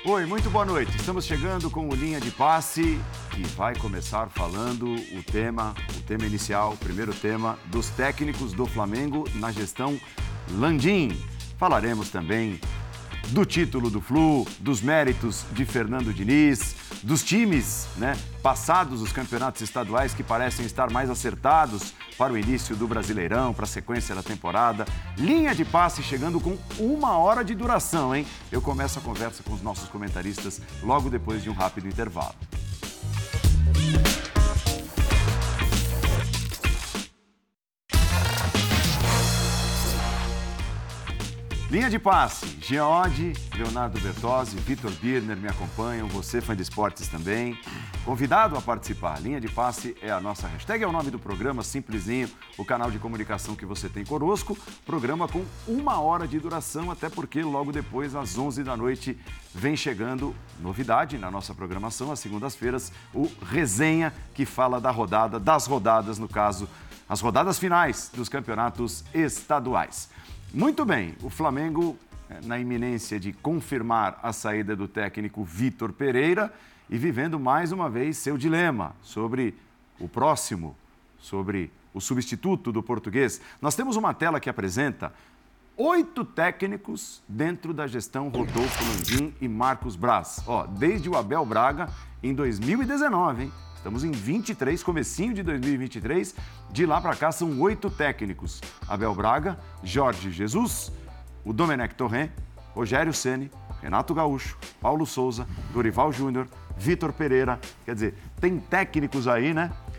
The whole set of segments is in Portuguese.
Oi, muito boa noite. Estamos chegando com o Linha de Passe, que vai começar falando o tema inicial, o primeiro tema dos técnicos do Flamengo na gestão Landim. Falaremos também do título do Flu, dos méritos de Fernando Diniz, dos times, passados os campeonatos estaduais que parecem estar mais acertados para o início do Brasileirão, para a sequência da temporada. Linha de Passe chegando com 1 hora de duração, hein? Eu começo a conversa com os nossos comentaristas logo depois de um rápido intervalo. Linha de Passe, Geode, Leonardo Bertozzi, Vitor Birner me acompanham, você fã de esportes também. Convidado a participar, Linha de Passe é a nossa hashtag, é o nome do programa, simplesinho, o canal de comunicação que você tem conosco. Programa com 1 hora de duração, até porque logo depois, às 11 da noite, vem chegando novidade na nossa programação, às segundas-feiras, o Resenha, que fala das rodadas, no caso, as rodadas finais dos campeonatos estaduais. Muito bem, o Flamengo na iminência de confirmar a saída do técnico Vitor Pereira e vivendo mais uma vez seu dilema sobre o próximo, sobre o substituto do português. Nós temos uma tela que apresenta 8 técnicos dentro da gestão Rodolfo Landim e Marcos Braz. Desde o Abel Braga em 2019, hein? Estamos em 23, comecinho de 2023. De lá para cá são 8 técnicos. Abel Braga, Jorge Jesus, o Domenech Torrent, Rogério Ceni, Renato Gaúcho, Paulo Souza, Dorival Júnior, Vitor Pereira. Quer dizer, tem técnicos aí,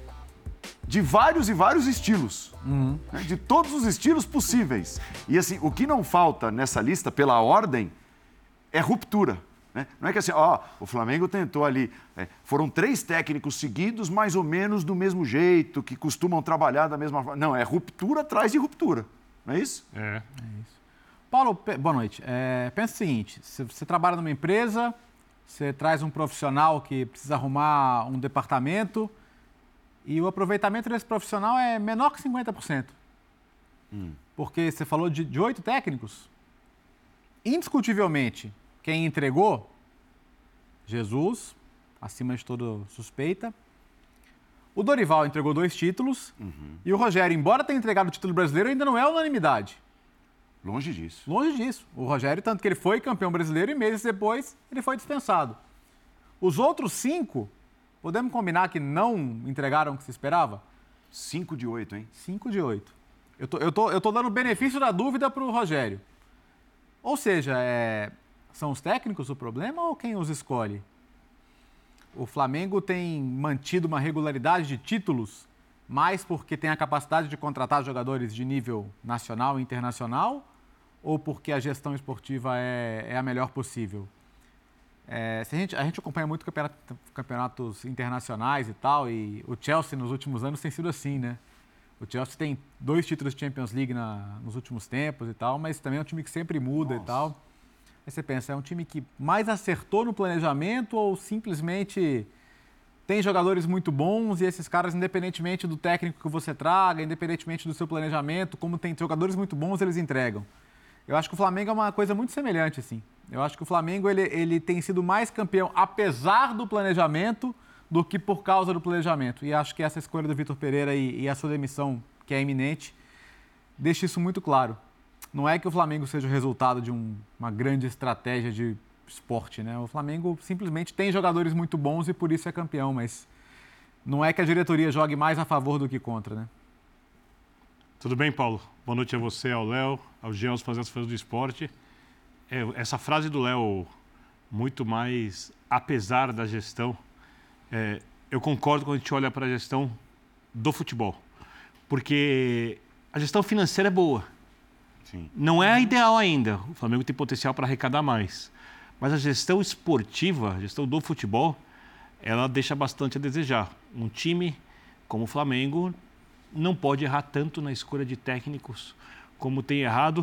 de vários e vários estilos. De todos os estilos possíveis. E assim, o que não falta nessa lista, pela ordem, é ruptura. Não é que assim, o Flamengo tentou ali, foram 3 técnicos seguidos, mais ou menos do mesmo jeito, que costumam trabalhar da mesma forma. Não, é ruptura atrás de ruptura, não é isso? É isso. Paulo, boa noite. Pensa o seguinte, você trabalha numa empresa, você traz um profissional que precisa arrumar um departamento e o aproveitamento desse profissional é menor que 50%. Porque você falou de 8 técnicos, indiscutivelmente, quem entregou? Jesus, acima de toda suspeita. O Dorival entregou 2 títulos. E o Rogério, embora tenha entregado o título brasileiro, ainda não é unanimidade. Longe disso. Longe disso. O Rogério, tanto que ele foi campeão brasileiro e meses depois ele foi dispensado. Os outros 5, podemos combinar que não entregaram o que se esperava? 5 de 8, hein? 5 de 8. Eu tô dando o benefício da dúvida para o Rogério. Ou seja, são os técnicos o problema ou quem os escolhe? O Flamengo tem mantido uma regularidade de títulos, mais porque tem a capacidade de contratar jogadores de nível nacional e internacional, ou porque a gestão esportiva é a melhor possível? A gente acompanha muito campeonatos internacionais e tal, e o Chelsea nos últimos anos tem sido assim, né? O Chelsea tem 2 títulos de Champions League nos últimos tempos e tal, mas também é um time que sempre muda. Nossa. E tal. Aí você pensa, é um time que mais acertou no planejamento ou simplesmente tem jogadores muito bons e esses caras, independentemente do técnico que você traga, independentemente do seu planejamento, como tem jogadores muito bons, eles entregam. Eu acho que o Flamengo é uma coisa muito semelhante, assim. Eu acho que o Flamengo ele tem sido mais campeão, apesar do planejamento, do que por causa do planejamento. E acho que essa escolha do Vitor Pereira e a sua demissão, que é iminente, deixa isso muito claro. Não é que o Flamengo seja o resultado de uma grande estratégia de esporte, né? O Flamengo simplesmente tem jogadores muito bons e por isso é campeão, mas não é que a diretoria jogue mais a favor do que contra, né? Tudo bem, Paulo? Boa noite a você, ao Léo, ao Jean, aos fãs do esporte. Essa frase do Léo, muito mais apesar da gestão, eu concordo quando a gente olha para a gestão do futebol, porque a gestão financeira é boa. Sim. Não é a ideal ainda, o Flamengo tem potencial para arrecadar mais, mas a gestão esportiva, a gestão do futebol, ela deixa bastante a desejar. Um time como o Flamengo não pode errar tanto na escolha de técnicos como tem errado,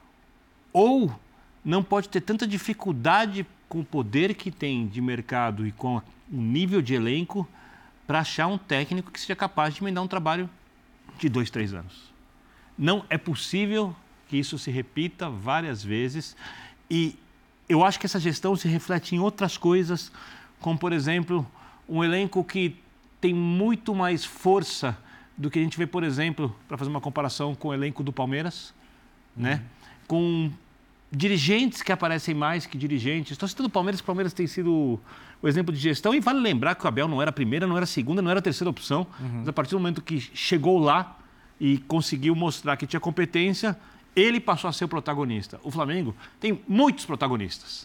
ou não pode ter tanta dificuldade com o poder que tem de mercado e com o nível de elenco para achar um técnico que seja capaz de emendar um trabalho de 2, 3 anos. Não é possível que isso se repita várias vezes e eu acho que essa gestão se reflete em outras coisas, como, por exemplo, um elenco que tem muito mais força do que a gente vê, por exemplo, para fazer uma comparação com o elenco do Palmeiras, né? Com dirigentes que aparecem mais que dirigentes. Estou citando o Palmeiras tem sido o exemplo de gestão, e vale lembrar que o Abel não era a primeira, não era a segunda, não era a terceira opção, mas a partir do momento que chegou lá e conseguiu mostrar que tinha competência, ele passou a ser o protagonista. O Flamengo tem muitos protagonistas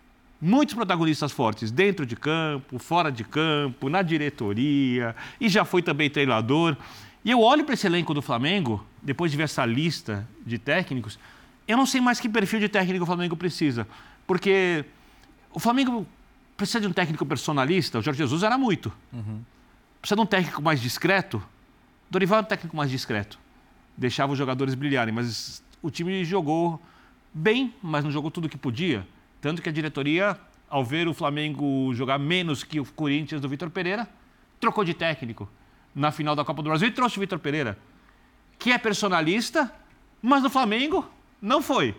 fortes, dentro de campo, fora de campo, na diretoria, e já foi também treinador. E eu olho para esse elenco do Flamengo, depois de ver essa lista de técnicos, eu não sei mais que perfil de técnico o Flamengo precisa, porque o Flamengo precisa de um técnico personalista, o Jorge Jesus era muito. Precisa de um técnico mais discreto. Dorival é um técnico mais discreto. Deixava os jogadores brilharem, mas o time jogou bem, mas não jogou tudo o que podia. Tanto que a diretoria, ao ver o Flamengo jogar menos que o Corinthians do Vitor Pereira, trocou de técnico na final da Copa do Brasil e trouxe o Vitor Pereira, que é personalista, mas no Flamengo não foi.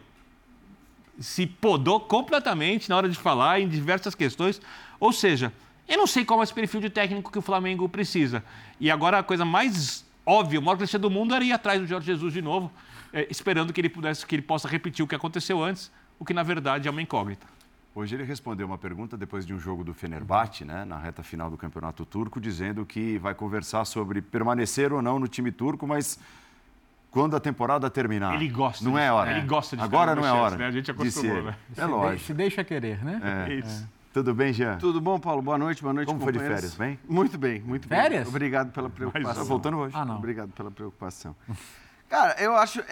Se podou completamente na hora de falar em diversas questões. Ou seja, eu não sei qual é esse perfil de técnico que o Flamengo precisa. E agora a coisa mais óbvia, o maior clichê do mundo era ir atrás do Jorge Jesus de novo, esperando que ele possa repetir o que aconteceu antes, o que na verdade é uma incógnita. Hoje ele respondeu uma pergunta depois de um jogo do Fenerbahçe, né, na reta final do Campeonato Turco, dizendo que vai conversar sobre permanecer ou não no time turco, mas quando a temporada terminar. Ele gosta. Não é hora. Ele gosta de agora não é hora. Né? A gente acostumou, né? É lógico. Se deixa querer, né? Isso. Tudo bem, Jean? Tudo bom, Paulo? Boa noite, Como foi de férias, bem? Muito bem, muito bem. Férias? Obrigado pela preocupação. Tá voltando hoje. Ah, não. Obrigado pela preocupação. Cara, eu acho,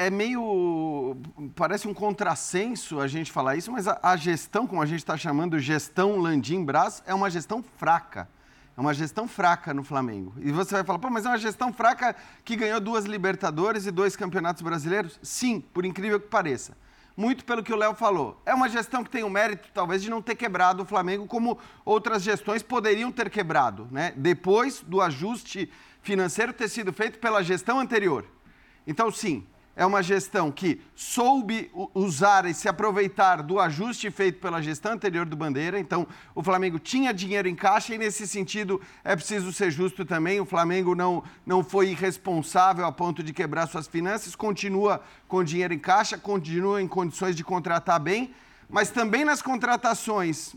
parece um contrassenso a gente falar isso, mas a gestão, como a gente está chamando gestão Landim Braz, é uma gestão fraca. É uma gestão fraca no Flamengo. E você vai falar, pô, mas é uma gestão fraca que ganhou 2 Libertadores e 2 Campeonatos Brasileiros? Sim, por incrível que pareça. Muito pelo que o Léo falou. É uma gestão que tem o mérito, talvez, de não ter quebrado o Flamengo como outras gestões poderiam ter quebrado, né? Depois do ajuste financeiro ter sido feito pela gestão anterior. Então, sim, é uma gestão que soube usar e se aproveitar do ajuste feito pela gestão anterior do Bandeira. Então, o Flamengo tinha dinheiro em caixa e, nesse sentido, é preciso ser justo também. O Flamengo não foi irresponsável a ponto de quebrar suas finanças, continua com dinheiro em caixa, continua em condições de contratar bem. Mas também nas contratações,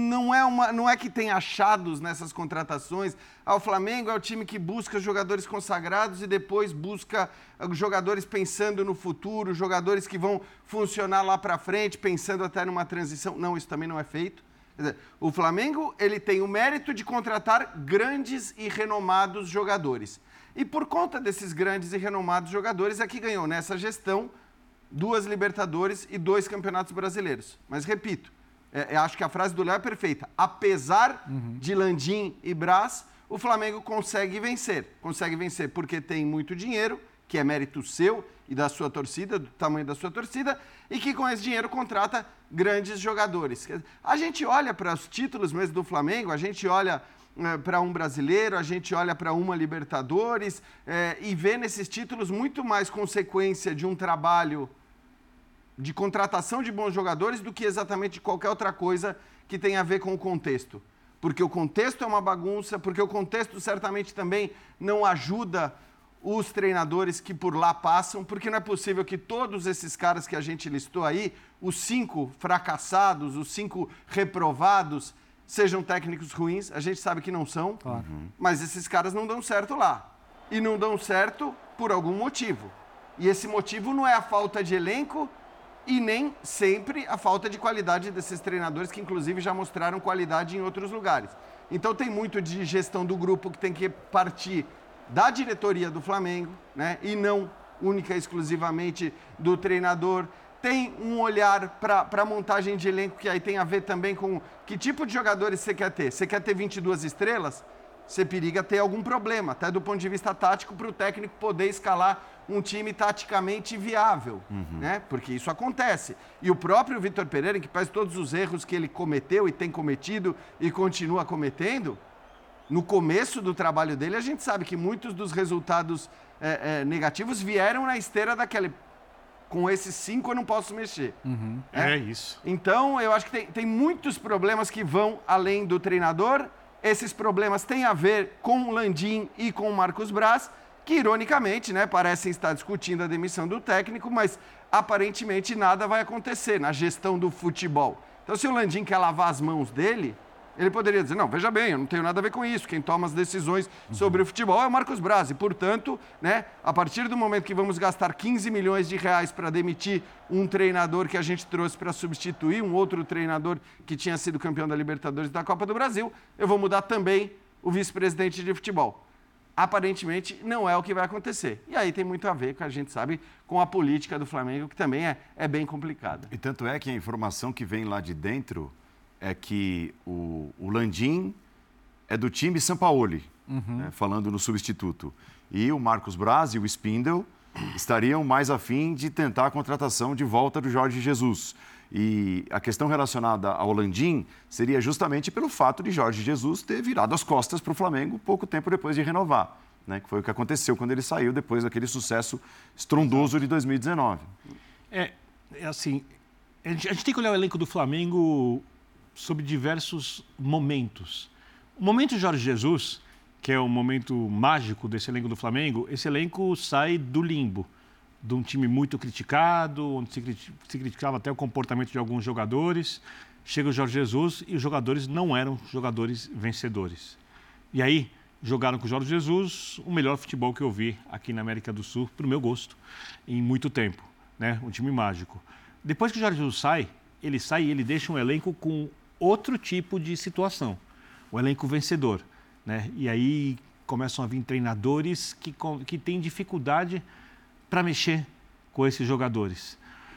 não é que tem achados nessas contratações. O Flamengo é o time que busca jogadores consagrados e depois busca jogadores pensando no futuro, jogadores que vão funcionar lá para frente, pensando até numa transição. Não, isso também não é feito. Quer dizer, o Flamengo ele tem o mérito de contratar grandes e renomados jogadores. E por conta desses grandes e renomados jogadores é que ganhou nessa gestão 2 Libertadores e 2 Campeonatos Brasileiros. Mas, repito, acho que a frase do Léo é perfeita. Apesar de Landim e Braz, o Flamengo consegue vencer. Consegue vencer porque tem muito dinheiro, que é mérito seu e da sua torcida, do tamanho da sua torcida, e que com esse dinheiro contrata grandes jogadores. A gente olha para os títulos mesmo do Flamengo, a gente olha para um brasileiro, a gente olha para uma Libertadores e vê nesses títulos muito mais consequência de um trabalho de contratação de bons jogadores do que exatamente qualquer outra coisa que tenha a ver com o contexto. Porque o contexto é uma bagunça, porque o contexto certamente também não ajuda os treinadores que por lá passam, porque não é possível que todos esses caras que a gente listou aí, os 5 fracassados, os 5 reprovados, sejam técnicos ruins. A gente sabe que não são, claro. Mas esses caras não dão certo lá. E não dão certo por algum motivo. E esse motivo não é a falta de elenco e nem sempre a falta de qualidade desses treinadores, que inclusive já mostraram qualidade em outros lugares. Então tem muito de gestão do grupo que tem que partir da diretoria do Flamengo, né? E não única e exclusivamente do treinador. Tem um olhar para a montagem de elenco que aí tem a ver também com que tipo de jogadores você quer ter. Você quer ter 22 estrelas? Você periga ter algum problema, até do ponto de vista tático, para o técnico poder escalar um time taticamente viável, né? Porque isso acontece. E o próprio Vitor Pereira, que faz todos os erros que ele cometeu e tem cometido e continua cometendo, no começo do trabalho dele, a gente sabe que muitos dos resultados negativos vieram na esteira daquele com esses 5 eu não posso mexer. É isso. Então, eu acho que tem muitos problemas que vão além do treinador. Esses problemas têm a ver com o Landim e com o Marcos Braz, que, ironicamente, né, parecem estar discutindo a demissão do técnico, mas aparentemente nada vai acontecer na gestão do futebol. Então, se o Landim quer lavar as mãos dele, ele poderia dizer, não, veja bem, eu não tenho nada a ver com isso, quem toma as decisões sobre o futebol é o Marcos Braz. E, portanto, né, a partir do momento que vamos gastar 15 milhões de reais para demitir um treinador que a gente trouxe para substituir um outro treinador que tinha sido campeão da Libertadores e da Copa do Brasil, eu vou mudar também o vice-presidente de futebol. Aparentemente, não é o que vai acontecer. E aí tem muito a ver, que a gente sabe, com a política do Flamengo, que também é bem complicada. E tanto é que a informação que vem lá de dentro é que o Landim é do time Sampaoli, né, falando no substituto. E o Marcos Braz e o Spindel estariam mais afim de tentar a contratação de volta do Jorge Jesus. E a questão relacionada ao Landim seria justamente pelo fato de Jorge Jesus ter virado as costas para o Flamengo pouco tempo depois de renovar, né, que foi o que aconteceu quando ele saiu depois daquele sucesso estrondoso de 2019. Assim, a gente tem que olhar o elenco do Flamengo sob diversos momentos. O momento de Jorge Jesus, que é o momento mágico desse elenco do Flamengo, esse elenco sai do limbo, de um time muito criticado, onde se criticava até o comportamento de alguns jogadores. Chega o Jorge Jesus e os jogadores não eram jogadores vencedores. E aí, jogaram com o Jorge Jesus o melhor futebol que eu vi aqui na América do Sul, para o meu gosto, em muito tempo, né? Um time mágico. Depois que o Jorge Jesus sai e ele deixa um elenco com outro tipo de situação, o elenco vencedor, né? E aí começam a vir treinadores que têm dificuldade para mexer com esses jogadores.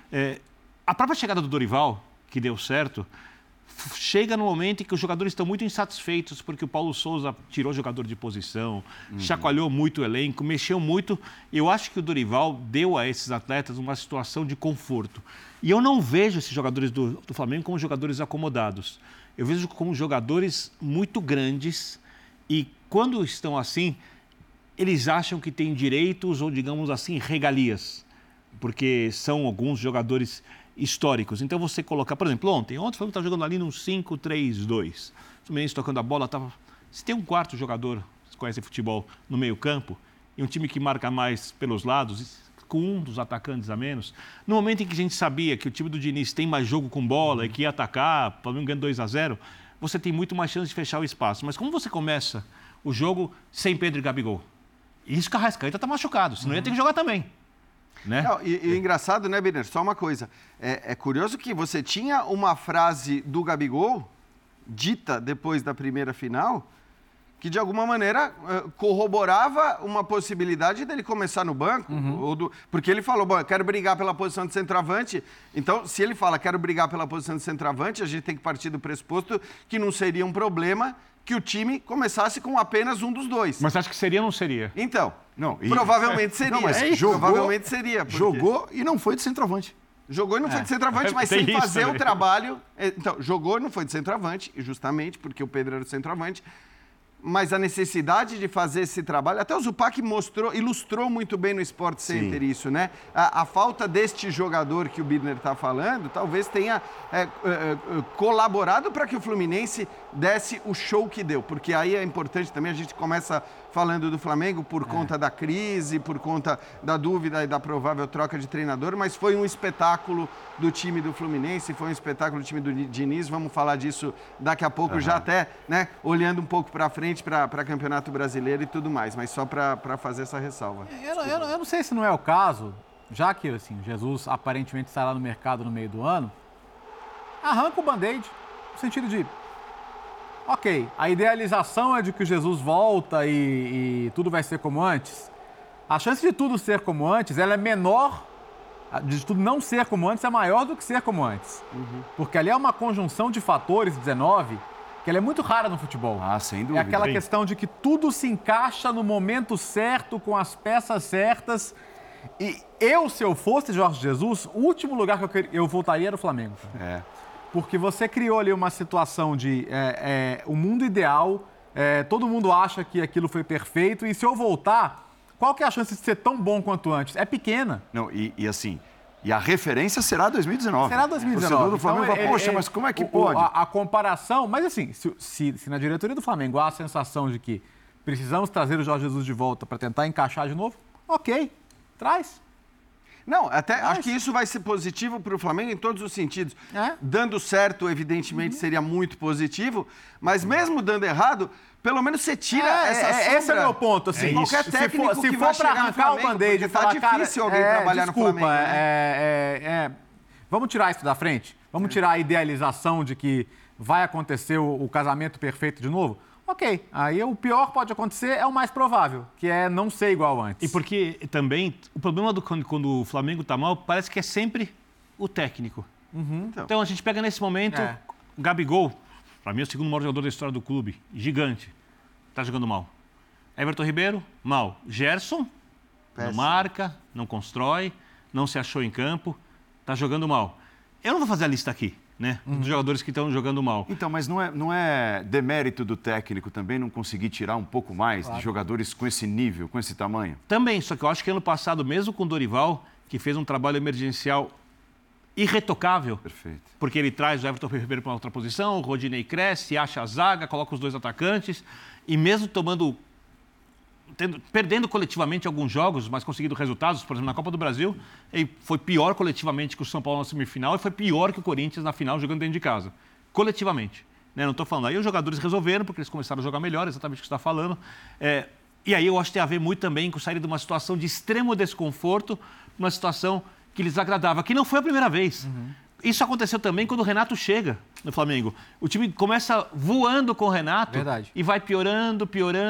A própria chegada do Dorival, que deu certo, chega no momento em que os jogadores estão muito insatisfeitos porque o Paulo Souza tirou jogador de posição, chacoalhou muito o elenco, mexeu muito. Eu acho que o Dorival deu a esses atletas uma situação de conforto. E eu não vejo esses jogadores do Flamengo como jogadores acomodados. Eu vejo como jogadores muito grandes e, quando estão assim, eles acham que têm direitos ou, digamos assim, regalias, porque são alguns jogadores históricos. Então, você colocar, por exemplo, ontem o Flamengo estava jogando ali num 5-3-2. O Fluminense tocando a bola, se tem um quarto jogador, que conhece futebol, no meio-campo, e um time que marca mais pelos lados, com um dos atacantes a menos, no momento em que a gente sabia que o time do Diniz tem mais jogo com bola e que ia atacar, o Flamengo ganhando 2-0, você tem muito mais chance de fechar o espaço. Mas como você começa o jogo sem Pedro e Gabigol? Isso que a Arrascaeta está machucado, senão ia ter que jogar também. Né? Não, e engraçado, né, Birner? Só uma coisa. É curioso que você tinha uma frase do Gabigol, dita depois da primeira final, que de alguma maneira corroborava uma possibilidade dele começar no banco. Porque ele falou, bom, eu quero brigar pela posição de centroavante. Então, se ele fala, quero brigar pela posição de centroavante, a gente tem que partir do pressuposto que não seria um problema que o time começasse com apenas um dos dois. Mas acha que seria ou não seria? Então, provavelmente seria. Não, mas provavelmente seria. Jogou e não foi de centroavante. Jogou e não foi de centroavante, mas sem fazer o trabalho. Então, jogou e não foi de centroavante, justamente porque o Pedro era o centroavante. Mas a necessidade de fazer esse trabalho, até o Zupac ilustrou muito bem no Sport Center isso, né? A falta deste jogador que o Birner está falando, talvez tenha colaborado para que o Fluminense desse o show que deu. Porque aí é importante também, a gente começa falando do Flamengo por conta da crise, por conta da dúvida e da provável troca de treinador, mas foi um espetáculo do time do Fluminense, foi um espetáculo do time do Diniz, vamos falar disso daqui a pouco, já até, né, olhando um pouco para frente, para Campeonato Brasileiro e tudo mais, mas só para fazer essa ressalva. Eu não sei se não é o caso, já que assim, Jesus aparentemente estará no mercado no meio do ano, arranca o band-aid, no sentido de, ok, a idealização é de que o Jesus volta e tudo vai ser como antes. A chance de tudo ser como antes, ela é menor, de tudo não ser como antes, é maior do que ser como antes. Porque ali é uma conjunção de fatores, 19, que ela é muito rara no futebol. Sem dúvida. É aquela questão de que tudo se encaixa no momento certo, com as peças certas. E se eu fosse Jorge Jesus, o último lugar que eu voltaria era o Flamengo. Porque você criou ali uma situação de o mundo ideal, todo mundo acha que aquilo foi perfeito, e se eu voltar, qual que é a chance de ser tão bom quanto antes? É pequena. Não, e assim, E a referência será 2019. Será 2019. O torcedor do Flamengo Então, fala, poxa, mas como é que pode? A comparação, mas assim, se na diretoria do Flamengo há a sensação de que precisamos trazer o Jorge Jesus de volta para tentar encaixar de novo, ok, traz. Não, até acho que isso vai ser positivo para o Flamengo em todos os sentidos. Dando certo, evidentemente, seria muito positivo, mas mesmo dando errado, pelo menos você tira essa sombra. Esse é o meu ponto, assim. Qualquer técnico se que for vai para arrancar o band-aid e falar, tá difícil alguém trabalhar no Flamengo. Vamos tirar isso da frente? Vamos tirar a idealização de que vai acontecer o casamento perfeito de novo? Ok, aí o pior pode acontecer, é o mais provável, que é não ser igual antes. E porque também, o problema quando o Flamengo está mal, parece que é sempre o técnico. Então a gente pega nesse momento, o Gabigol, para mim é o segundo maior jogador da história do clube, gigante, está jogando mal. Everton Ribeiro, mal. Gerson, não marca, não constrói, não se achou em campo, está jogando mal. Eu não vou fazer a lista aqui, né, dos jogadores que estão jogando mal. Então, mas não é demérito do técnico também não conseguir tirar um pouco mais de jogadores com esse nível, com esse tamanho? Também, só que eu acho que ano passado, mesmo com o Dorival, que fez um trabalho emergencial irretocável, Perfeito. porque ele traz o Everton Ribeiro para outra posição, o Rodinei cresce, acha a zaga, coloca os dois atacantes, e mesmo perdendo coletivamente alguns jogos, mas conseguindo resultados, por exemplo, na Copa do Brasil, ele foi pior coletivamente que o São Paulo na semifinal e foi pior que o Corinthians na final jogando dentro de casa. Coletivamente. Né? Não estou falando. Aí os jogadores resolveram, porque eles começaram a jogar melhor, exatamente o que você está falando. E aí eu acho que tem a ver muito também com sair de uma situação de extremo desconforto, uma situação que lhes agradava, que não foi a primeira vez. Isso aconteceu também quando o Renato chega no Flamengo. O time começa voando com o Renato e vai piorando.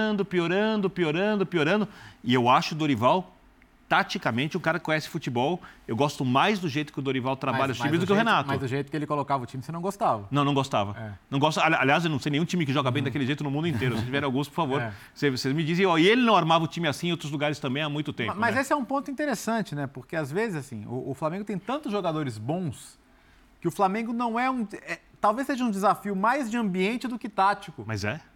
E eu acho o Dorival, taticamente, um cara que conhece futebol. Eu gosto mais do jeito que o Dorival trabalha os times do que o Renato. Mas do jeito que ele colocava o time, você não gostava. Não gostava. Não gosto, aliás, eu não sei nenhum time que joga bem daquele jeito no mundo inteiro. Se tiver alguns, por favor, vocês me dizem. E ele não armava o time assim em outros lugares também há muito tempo. Mas esse é um ponto interessante, né? Porque às vezes, assim, o Flamengo tem tantos jogadores bons que o Flamengo não é talvez seja um desafio mais de ambiente do que tático. Mas é?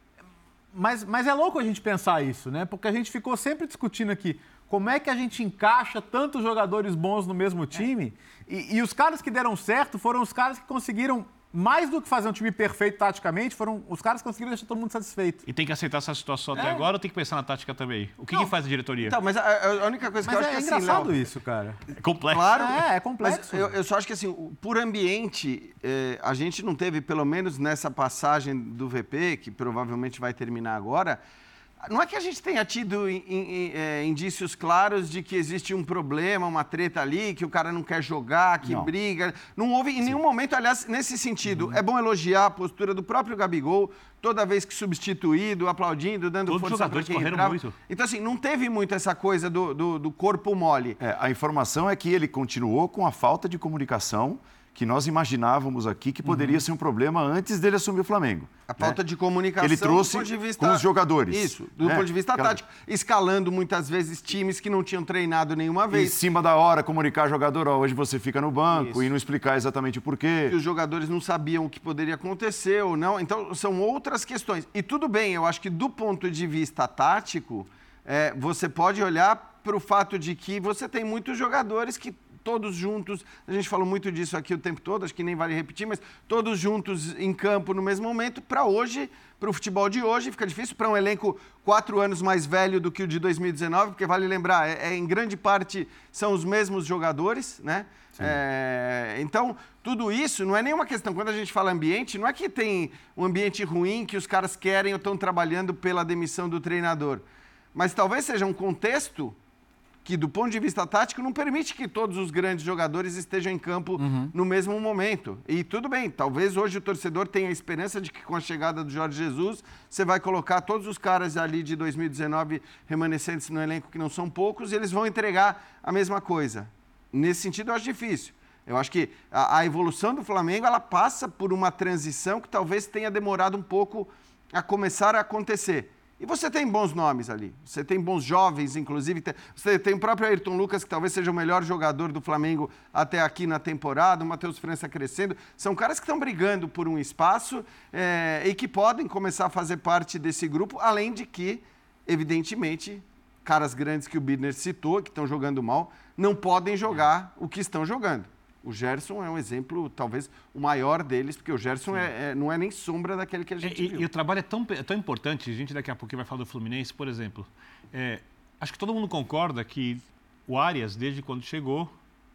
Mas é louco a gente pensar isso, né? Porque a gente ficou sempre discutindo aqui como é que a gente encaixa tantos jogadores bons no mesmo time e os caras que deram certo foram os caras que conseguiram, mais do que fazer um time perfeito taticamente, foram os caras que conseguiram deixar todo mundo satisfeito. E tem que aceitar essa situação até agora ou tem que pensar na tática também? O que faz a diretoria? Então, mas a única coisa que eu acho que é engraçado assim, isso, cara. É complexo. Claro. É complexo. Mas eu só acho que, assim, por ambiente, a gente não teve, pelo menos nessa passagem do VP, que provavelmente vai terminar agora, não é que a gente tenha tido indícios claros de que existe um problema, uma treta ali, que o cara não quer jogar, que briga. Não houve em nenhum momento, aliás, nesse sentido. É bom elogiar a postura do próprio Gabigol, toda vez que substituído, aplaudindo, dando força para quem entrava. Muito. Então, assim, não teve muito essa coisa do corpo mole. A informação é que ele continuou com a falta de comunicação que nós imaginávamos aqui que poderia ser um problema antes dele assumir o Flamengo. A falta de comunicação ele trouxe do ponto de vista, com os jogadores. Isso, do ponto de vista tático. Escalando muitas vezes times que não tinham treinado nenhuma vez. Em cima da hora, comunicar jogador, hoje você fica no banco e não explicar exatamente o porquê. Que os jogadores não sabiam o que poderia acontecer ou não. Então, são outras questões. E tudo bem, eu acho que do ponto de vista tático, você pode olhar para o fato de que você tem muitos jogadores que todos juntos, a gente falou muito disso aqui o tempo todo, acho que nem vale repetir, mas todos juntos em campo no mesmo momento, para hoje, para o futebol de hoje, fica difícil para um elenco 4 anos mais velho do que o de 2019, porque vale lembrar, em grande parte são os mesmos jogadores, né? Então, tudo isso não é nenhuma questão, quando a gente fala ambiente, não é que tem um ambiente ruim que os caras querem ou estão trabalhando pela demissão do treinador, mas talvez seja um contexto que, do ponto de vista tático, não permite que todos os grandes jogadores estejam em campo no mesmo momento. E tudo bem, talvez hoje o torcedor tenha a esperança de que, com a chegada do Jorge Jesus, você vai colocar todos os caras ali de 2019 remanescentes no elenco, que não são poucos, e eles vão entregar a mesma coisa. Nesse sentido, eu acho difícil. Eu acho que a evolução do Flamengo, ela passa por uma transição que talvez tenha demorado um pouco a começar a acontecer. E você tem bons nomes ali, você tem bons jovens, inclusive, você tem o próprio Ayrton Lucas, que talvez seja o melhor jogador do Flamengo até aqui na temporada, o Matheus França crescendo, são caras que estão brigando por um espaço e que podem começar a fazer parte desse grupo, além de que, evidentemente, caras grandes que o Birner citou, que estão jogando mal, não podem jogar o que estão jogando. O Gerson é um exemplo, talvez, o maior deles, porque o Gerson não é nem sombra daquele que a gente viu. E o trabalho é tão importante, a gente daqui a pouco vai falar do Fluminense, por exemplo. Acho que todo mundo concorda que o Arias, desde quando chegou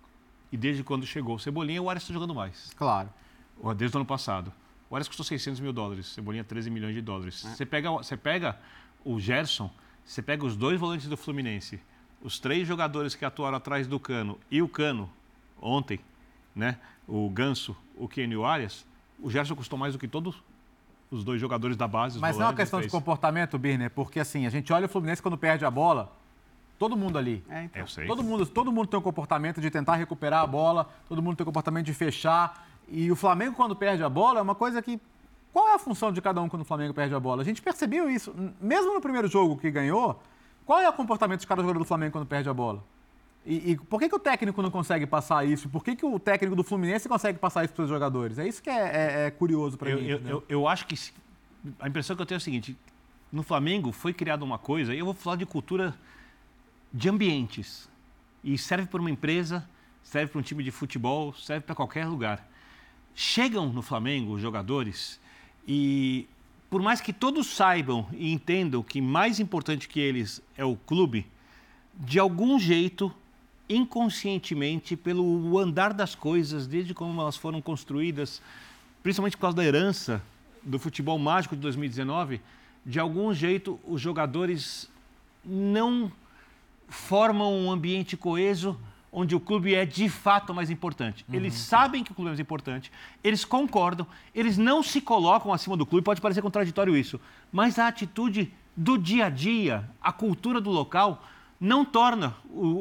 o Cebolinha, o Arias está jogando mais. Claro. Desde o ano passado. O Arias custou $600 mil, Cebolinha 13 milhões de dólares. Você pega o Gerson, você pega os 2 volantes do Fluminense, os 3 jogadores que atuaram atrás do Cano e o Cano, ontem, né? O Ganso, o Keno e o Arias, o Gerson custou mais do que todos os 2 jogadores da base. Mas não é uma questão de comportamento, Birner, porque assim, a gente olha o Fluminense quando perde a bola, todo mundo ali. Eu sei. Todo mundo tem um comportamento de tentar recuperar a bola, todo mundo tem um comportamento de fechar. E o Flamengo, quando perde a bola, é uma coisa que... Qual é a função de cada um quando o Flamengo perde a bola? A gente percebeu isso. Mesmo no primeiro jogo que ganhou, qual é o comportamento de cada jogador do Flamengo quando perde a bola? E por que o técnico não consegue passar isso? Por que o técnico do Fluminense consegue passar isso para os jogadores? É isso que é curioso para mim. Eu acho que a impressão que eu tenho é a seguinte: no Flamengo foi criada uma coisa, e eu vou falar de cultura de ambientes, e serve para uma empresa, serve para um time de futebol, serve para qualquer lugar. Chegam no Flamengo os jogadores e, por mais que todos saibam e entendam que mais importante que eles é o clube, de algum jeito, inconscientemente, pelo andar das coisas, desde como elas foram construídas, principalmente por causa da herança do futebol mágico de 2019, de algum jeito os jogadores não formam um ambiente coeso onde o clube é de fato mais importante. Eles sabem que o clube é mais importante, eles concordam, eles não se colocam acima do clube, pode parecer contraditório isso, mas a atitude do dia a dia, a cultura do local, não torna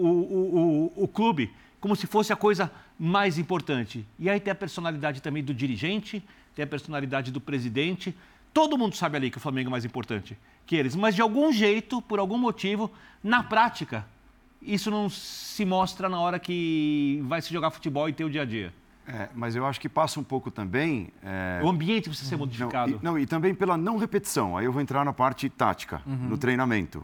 o clube como se fosse a coisa mais importante. E aí tem a personalidade também do dirigente, tem a personalidade do presidente. Todo mundo sabe ali que o Flamengo é mais importante que eles, mas de algum jeito, por algum motivo, na prática, isso não se mostra na hora que vai se jogar futebol e ter o dia a dia. Mas eu acho que passa um pouco também... O ambiente precisa ser modificado. E também pela não repetição. Aí eu vou entrar na parte tática, no treinamento.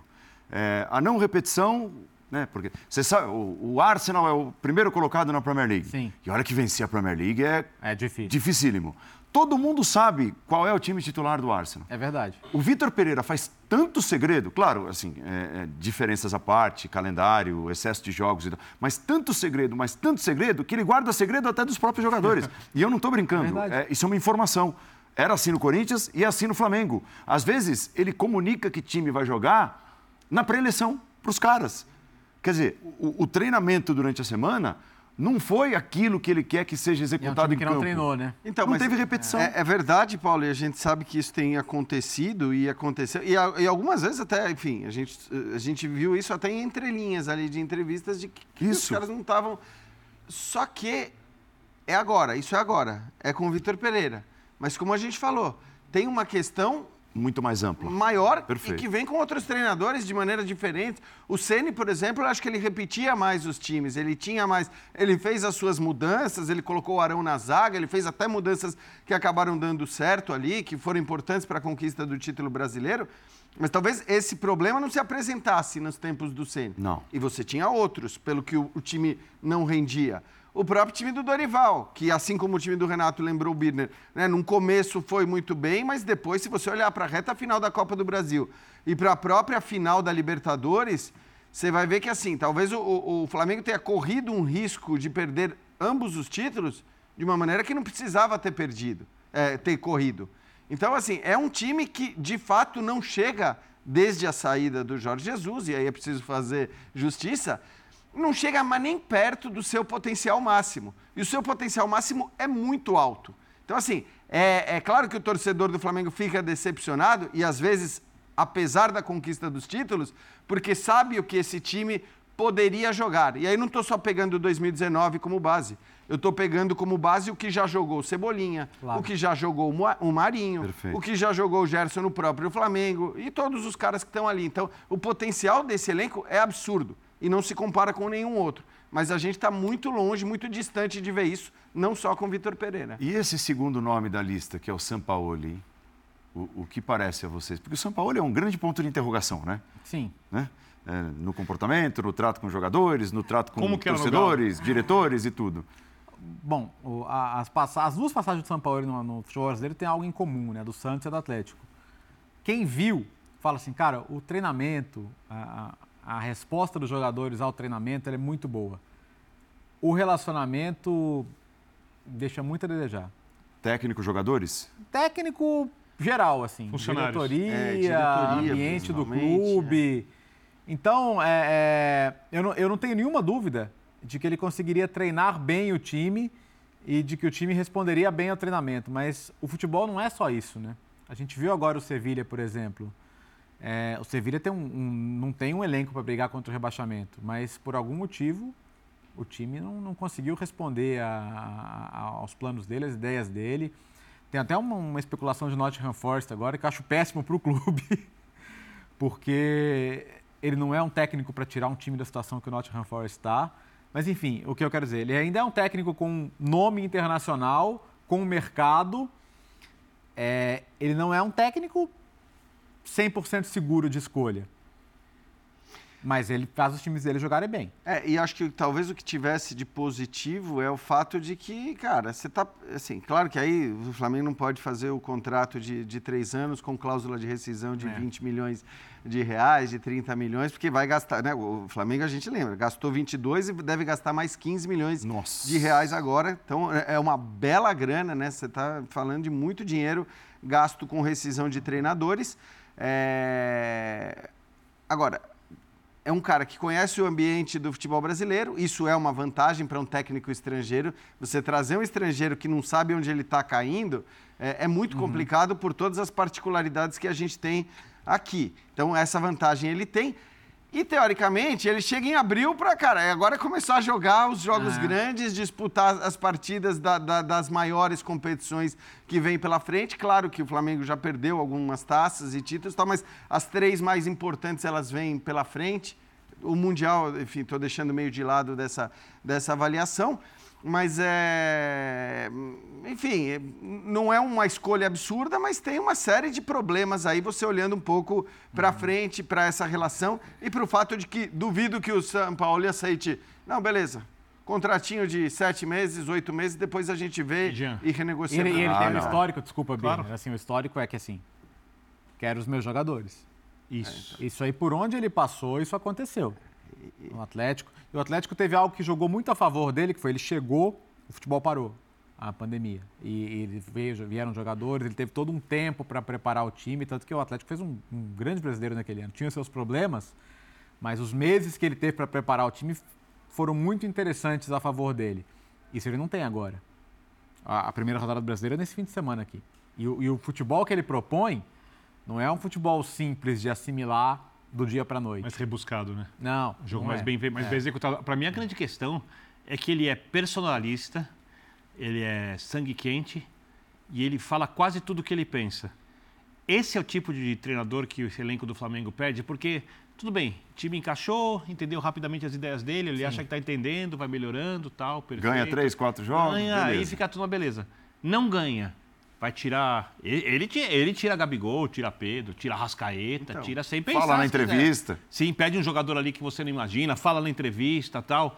A não repetição, né? Porque você sabe, o Arsenal é o primeiro colocado na Premier League. Sim. E a hora que vencer a Premier League é difícil. Dificílimo. Todo mundo sabe qual é o time titular do Arsenal. É verdade. O Vitor Pereira faz tanto segredo, claro, assim, diferenças à parte, calendário, excesso de jogos e tal, mas tanto segredo, que ele guarda segredo até dos próprios jogadores. E eu não estou brincando, isso é uma informação. Era assim no Corinthians e é assim no Flamengo. Às vezes, ele comunica que time vai jogar na pré-eleição para os caras. Quer dizer, o treinamento durante a semana não foi aquilo que ele quer que seja executado em campo. Não treinou, né? Então, não teve repetição. É verdade, Paulo, e a gente sabe que isso tem acontecido e aconteceu. E algumas vezes até, enfim, a gente viu isso até em entrelinhas ali de entrevistas de que os caras não estavam... Só que isso é agora, é com o Vitor Pereira. Mas como a gente falou, tem uma questão... muito mais ampla. Maior. Perfeito. E que vem com outros treinadores de maneira diferente. O Ceni, por exemplo, eu acho que ele repetia mais os times, ele fez as suas mudanças, ele colocou o Arão na zaga, ele fez até mudanças que acabaram dando certo ali, que foram importantes para a conquista do título brasileiro, mas talvez esse problema não se apresentasse nos tempos do Ceni. Não. E você tinha outros, pelo que o time não rendia. O próprio time do Dorival, que assim como o time do Renato, lembrou o Birner, né, num começo foi muito bem, mas depois, se você olhar para a reta final da Copa do Brasil e para a própria final da Libertadores, você vai ver que assim, talvez o Flamengo tenha corrido um risco de perder ambos os títulos de uma maneira que não precisava ter corrido. Então, assim, é um time que de fato não chega desde a saída do Jorge Jesus, e aí é preciso fazer justiça, não chega mais nem perto do seu potencial máximo. E o seu potencial máximo é muito alto. Então, assim, é claro que o torcedor do Flamengo fica decepcionado e, às vezes, apesar da conquista dos títulos, porque sabe o que esse time poderia jogar. E aí não estou só pegando 2019 como base. Eu estou pegando como base o que já jogou o Cebolinha, claro, o que já jogou o Marinho, perfeito, o que já jogou o Gerson no próprio Flamengo e todos os caras que estão ali. Então, o potencial desse elenco é absurdo. E não se compara com nenhum outro. Mas a gente está muito longe, muito distante de ver isso, não só com o Vitor Pereira. E esse segundo nome da lista, que é o Sampaoli, o que parece a vocês? Porque o Sampaoli é um grande ponto de interrogação, né? Sim. Né? No comportamento, no trato com jogadores, no trato com Como que era no torcedores, diretores e tudo. Bom, as duas passagens do Sampaoli no futebol brasileiro tem algo em comum, né? Do Santos e do Atlético. Quem viu, fala assim, cara, o treinamento, a resposta dos jogadores ao treinamento ela é muito boa. O relacionamento deixa muito a desejar. Técnico, jogadores? Técnico geral, assim. Funcionários. Diretoria, ambiente do clube. Então, eu não tenho nenhuma dúvida de que ele conseguiria treinar bem o time e de que o time responderia bem ao treinamento. Mas o futebol não é só isso, né? A gente viu agora o Sevilha, por exemplo. O Sevilha não tem um elenco para brigar contra o rebaixamento, mas por algum motivo o time não conseguiu responder aos planos dele, às ideias dele. Tem até uma especulação de Nottingham Forest agora que eu acho péssimo para o clube, porque ele não é um técnico para tirar um time da situação que o Nottingham Forest está. Mas, enfim, o que eu quero dizer, ele ainda é um técnico com nome internacional, com mercado. Ele não é um técnico 100% seguro de escolha. Mas ele faz os times dele jogarem bem. E acho que talvez o que tivesse de positivo é o fato de que, cara, você tá... Assim, claro que aí o Flamengo não pode fazer o contrato de 3 anos com cláusula de rescisão de 20 milhões de reais, de 30 milhões, porque vai gastar, né? O Flamengo, a gente lembra, gastou 22 e deve gastar mais 15 milhões de reais agora. Então, é uma bela grana, né? Você está falando de muito dinheiro gasto com rescisão de treinadores. Agora... É um cara que conhece o ambiente do futebol brasileiro, isso é uma vantagem para um técnico estrangeiro. Você trazer um estrangeiro que não sabe onde ele está caindo é muito complicado por todas as particularidades que a gente tem aqui. Então, essa vantagem ele tem. E, teoricamente, ele chega em abril para, agora começar a jogar os jogos grandes, disputar as partidas das maiores competições que vem pela frente. Claro que o Flamengo já perdeu algumas taças e títulos, mas as 3 mais importantes, elas vêm pela frente. O Mundial, enfim, estou deixando meio de lado dessa avaliação. Mas, enfim, não é uma escolha absurda, mas tem uma série de problemas aí, você olhando um pouco para frente, para essa relação e para o fato de que duvido que o Sampaoli aceite. Não, beleza, contratinho de 7 meses, 8 meses, depois a gente vê e renegocia. Ele tem um histórico, desculpa, Bino, assim, o histórico é que assim, quero os meus jogadores. Isso aí, por onde ele passou, isso aconteceu. No Atlético. E o Atlético teve algo que jogou muito a favor dele, que foi ele chegou, o futebol parou, a pandemia. E vieram jogadores, ele teve todo um tempo para preparar o time, tanto que o Atlético fez um grande brasileiro naquele ano. Tinha seus problemas, mas os meses que ele teve para preparar o time foram muito interessantes a favor dele. Isso ele não tem agora. A primeira rodada do brasileiro é nesse fim de semana aqui. E o futebol que ele propõe não é um futebol simples de assimilar do dia para a noite. Mais rebuscado, né? Não. O jogo mais bem executado. Para mim, a grande questão é que ele é personalista, ele é sangue quente e ele fala quase tudo o que ele pensa. Esse é o tipo de treinador que o elenco do Flamengo pede, porque, tudo bem, o time encaixou, entendeu rapidamente as ideias dele, ele acha que está entendendo, vai melhorando, tal, perfeito. Ganha 3, 4 jogos, ganha, aí fica tudo uma beleza. Não ganha. Vai tirar... Ele tira Gabigol, tira Pedro, tira Arrascaeta, então, tira sem pensar. Fala na entrevista. Sim, pede um jogador ali que você não imagina, fala na entrevista e tal.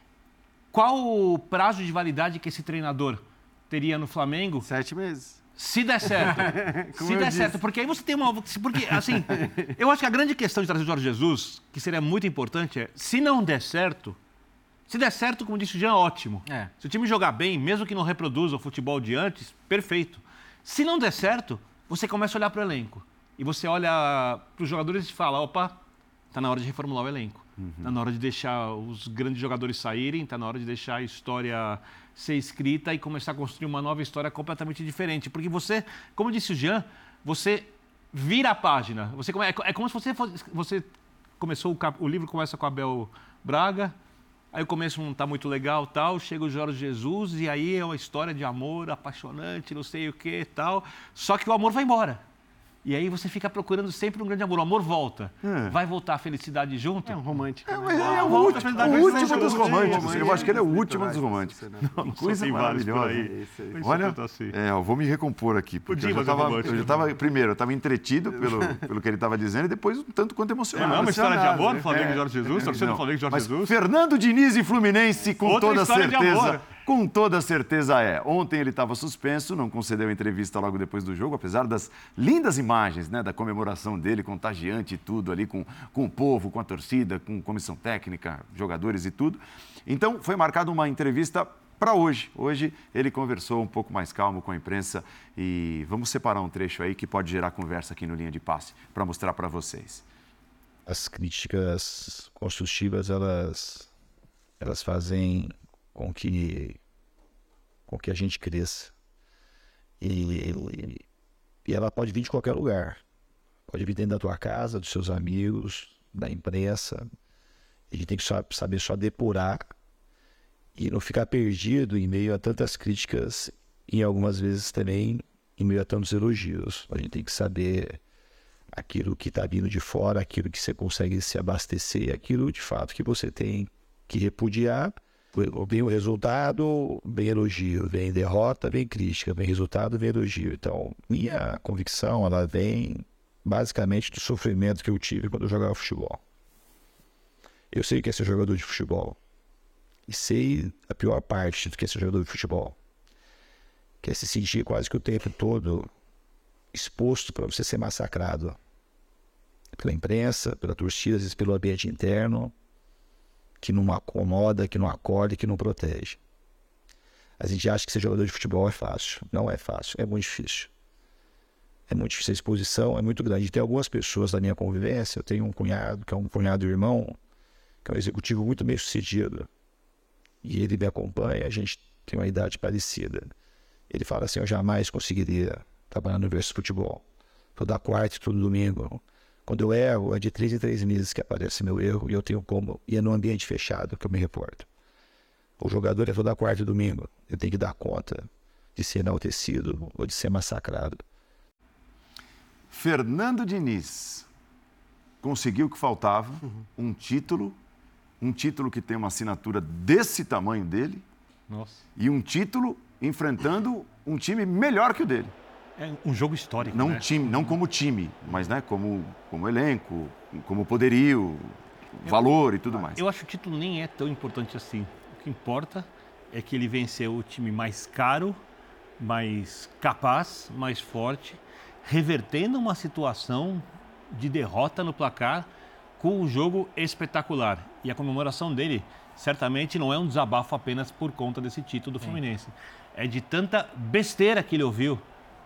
Qual o prazo de validade que esse treinador teria no Flamengo? 7 meses. Se der certo. Se der certo. Porque aí você tem uma... Porque, assim, eu acho que a grande questão de trazer o Jorge Jesus, que seria muito importante, é se não der certo... Se der certo, como disse o Jean, ótimo. Se o time jogar bem, mesmo que não reproduza o futebol de antes, perfeito. Se não der certo, você começa a olhar para o elenco. E você olha para os jogadores e fala, opa, está na hora de reformular o elenco. Está na hora de deixar os grandes jogadores saírem, está na hora de deixar a história ser escrita e começar a construir uma nova história completamente diferente. Porque você, como disse o Jean, você vira a página. É como se você começou, o livro começa com Abel Braga, aí o começo não está muito legal, tal, chega o Jorge Jesus e aí é uma história de amor apaixonante, não sei o que tal. Só que o amor vai embora. E aí você fica procurando sempre um grande amor. O amor volta. Vai voltar a felicidade junto? É um romântico. Mas ele é o último dos românticos. Eu acho que ele é o último dos românticos. Não, Coisa tem vários por maravilhosa. aí. Olha, Assim. eu vou me recompor aqui, porque eu já estava entretido pelo que ele estava dizendo e depois um tanto quanto emocionado. Não é uma história de amor, Flamengo e Jorge Jesus, torcendo do Flamengo e Jorge Mas Jesus. Fernando Diniz e Fluminense, com Outra toda história de certeza. amor. Com toda certeza é. Ontem ele estava suspenso, não concedeu entrevista logo depois do jogo, apesar das lindas imagens, né, da comemoração dele, contagiante e tudo ali, com o povo, com a torcida, com comissão técnica, jogadores e tudo. Então, foi marcada uma entrevista para hoje. Hoje ele conversou um pouco mais calmo com a imprensa e vamos separar um trecho aí que pode gerar conversa aqui no Linha de Passe para mostrar para vocês. As críticas construtivas, elas fazem com que a gente cresça. E ela pode vir de qualquer lugar. Pode vir dentro da tua casa, dos seus amigos, da imprensa. A gente tem que saber só depurar e não ficar perdido em meio a tantas críticas e algumas vezes também em meio a tantos elogios. A gente tem que saber aquilo que está vindo de fora, aquilo que você consegue se abastecer, aquilo de fato que você tem que repudiar. Vem o resultado, vem elogio, vem derrota, vem crítica, vem resultado, vem elogio. Então, minha convicção, ela vem basicamente do sofrimento que eu tive quando eu jogava futebol. Eu sei o que é ser jogador de futebol. E sei a pior parte do que é ser jogador de futebol. Que é se sentir quase que o tempo todo exposto para você ser massacrado. Pela imprensa, pela torcida, às vezes pelo ambiente interno, que não acomoda, que não acolhe, que não protege. A gente acha que ser jogador de futebol é fácil. Não é fácil, é muito difícil. É muito difícil, a exposição é muito grande. Tem algumas pessoas da minha convivência, eu tenho um cunhado, que é um cunhado-irmão, que é um executivo muito bem sucedido. E ele me acompanha, a gente tem uma idade parecida. Ele fala assim, eu jamais conseguiria trabalhar no universo de futebol. Toda quarta e todo domingo. Quando eu erro, é de 3 em 3 meses que aparece meu erro e eu tenho como. E é num ambiente fechado que eu me reporto. O jogador é toda quarta e domingo. Eu tenho que dar conta de ser enaltecido ou de ser massacrado. Fernando Diniz conseguiu o que faltava, um título que tem uma assinatura desse tamanho dele. Nossa. E um título enfrentando um time melhor que o dele. É um jogo histórico, Não, né? não como time, mas né, como elenco, como poderio, valor e tudo mais. Eu acho que o título nem é tão importante assim. O que importa é que ele venceu o time mais caro, mais capaz, mais forte, revertendo uma situação de derrota no placar com um jogo espetacular. E a comemoração dele certamente não é um desabafo apenas por conta desse título do Fluminense. É de tanta besteira que ele ouviu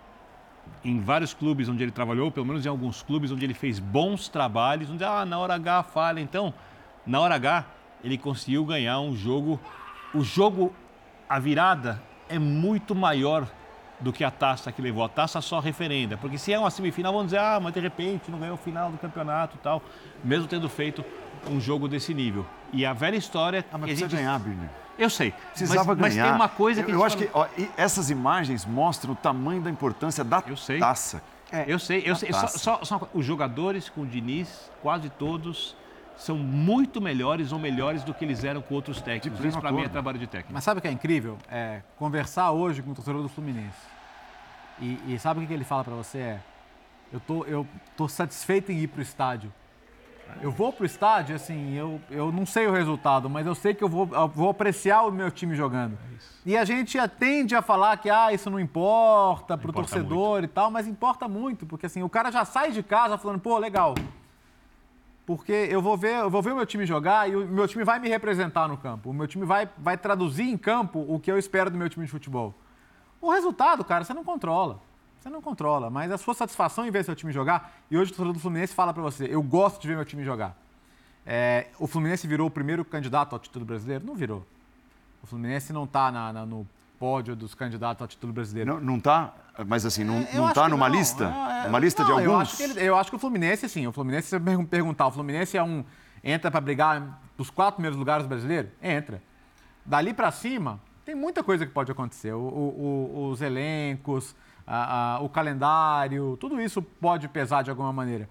em vários clubes onde ele trabalhou, pelo menos em alguns clubes onde ele fez bons trabalhos, onde na hora H falha. Então, na hora H, ele conseguiu ganhar um jogo. O jogo, a virada, é muito maior do que a taça que levou. A taça só referenda, porque se é uma semifinal, vamos dizer, mas de repente não ganhou o final do campeonato e tal, mesmo tendo feito um jogo desse nível. E a velha história... Mas precisa ganhar, Birner. Eu sei, Precisava mas ganhar. tem uma coisa que... Eu acho que essas imagens mostram o tamanho da importância da taça. Eu sei. Só os jogadores com o Diniz, quase todos, são muito melhores ou melhores do que eles eram com outros técnicos. Isso, para mim, é trabalho de técnico. Mas sabe o que é incrível? É conversar hoje com o torcedor do Fluminense. E sabe o que ele fala para você? Eu tô satisfeito em ir para o estádio. Eu vou pro estádio, assim, eu não sei o resultado, mas eu sei que eu vou apreciar o meu time jogando. E a gente tende a falar que isso não importa pro torcedor muito e tal, mas importa muito, porque assim, o cara já sai de casa falando, pô, legal. Porque eu vou ver o meu time jogar e o meu time vai me representar no campo. O meu time vai traduzir em campo o que eu espero do meu time de futebol. O resultado, cara, você não controla. Você não controla, mas a sua satisfação em ver seu time jogar, e hoje o torcedor do Fluminense fala pra você, eu gosto de ver meu time jogar. O Fluminense virou o primeiro candidato ao título brasileiro? Não virou. O Fluminense não tá no pódio dos candidatos ao título brasileiro. Não tá? Mas assim, não tá numa lista? Uma lista de alguns? Eu acho que o Fluminense, assim, se você perguntar, o Fluminense entra pra brigar dos 4 primeiros lugares brasileiros? Entra. Dali pra cima, tem muita coisa que pode acontecer. Os elencos, o calendário, tudo isso pode pesar de alguma maneira.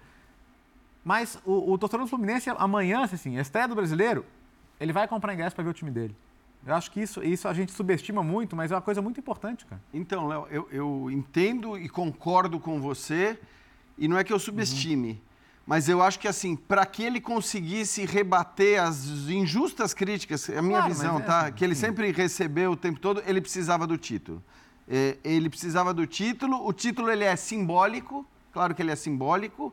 Mas o torcedor do Fluminense, amanhã, assim, a estreia do Brasileiro, ele vai comprar ingresso para ver o time dele. Eu acho que isso a gente subestima muito, mas é uma coisa muito importante, cara. Então, Léo, eu entendo e concordo com você, e não é que eu subestime, mas eu acho que, assim, para que ele conseguisse rebater as injustas críticas, a minha visão, tá? Que ele sempre recebeu o tempo todo, ele precisava do título. Ele precisava do título, o título ele é simbólico, claro que ele é simbólico.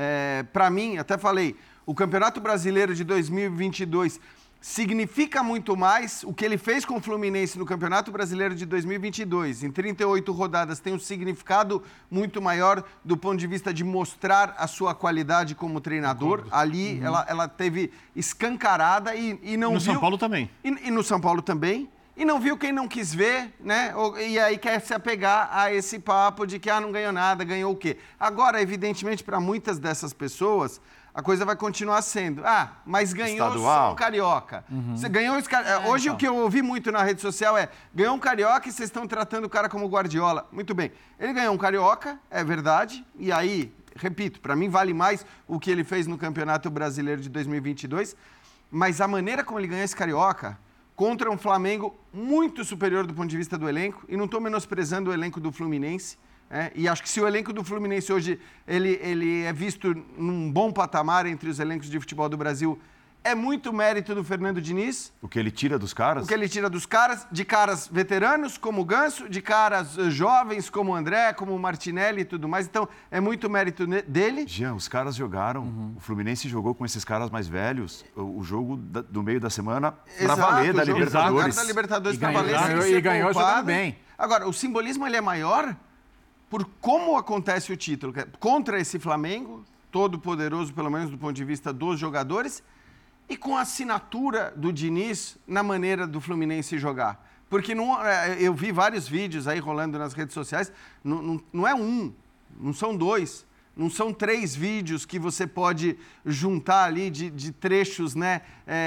Para mim, até falei, o Campeonato Brasileiro de 2022 significa muito mais. O que ele fez com o Fluminense no Campeonato Brasileiro de 2022, em 38 rodadas, tem um significado muito maior do ponto de vista de mostrar a sua qualidade como treinador. Ali ela teve escancarada e não no viu... São Paulo também. E no São Paulo também. E não viu quem não quis ver, né? E aí quer se apegar a esse papo de que não ganhou nada, ganhou o quê? Agora, evidentemente, para muitas dessas pessoas, a coisa vai continuar sendo, mas ganhou só o Carioca. Você ganhou hoje então. O que eu ouvi muito na rede social ganhou um Carioca e vocês estão tratando o cara como Guardiola. Muito bem. Ele ganhou um Carioca, é verdade, e aí, repito, para mim vale mais o que ele fez no Campeonato Brasileiro de 2022, mas a maneira como ele ganhou esse Carioca contra um Flamengo muito superior do ponto de vista do elenco, e não estou menosprezando o elenco do Fluminense, e acho que se o elenco do Fluminense hoje ele é visto num bom patamar entre os elencos de futebol do Brasil, é muito mérito do Fernando Diniz. O que ele tira dos caras? O que ele tira dos caras, de caras veteranos como o Ganso, de caras jovens como o André, como o Martinelli e tudo mais. Então, é muito mérito dele. Jean, os caras jogaram, o Fluminense jogou com esses caras mais velhos, o jogo do meio da semana para valer da Libertadores. Da Libertadores para valer. E ganhou jogando bem. Agora, o simbolismo ele é maior por como acontece o título. Contra esse Flamengo, todo poderoso, pelo menos do ponto de vista dos jogadores, e com a assinatura do Diniz na maneira do Fluminense jogar. Porque eu vi vários vídeos aí rolando nas redes sociais, não é um, não são dois, não são 3 vídeos que você pode juntar ali de trechos, né,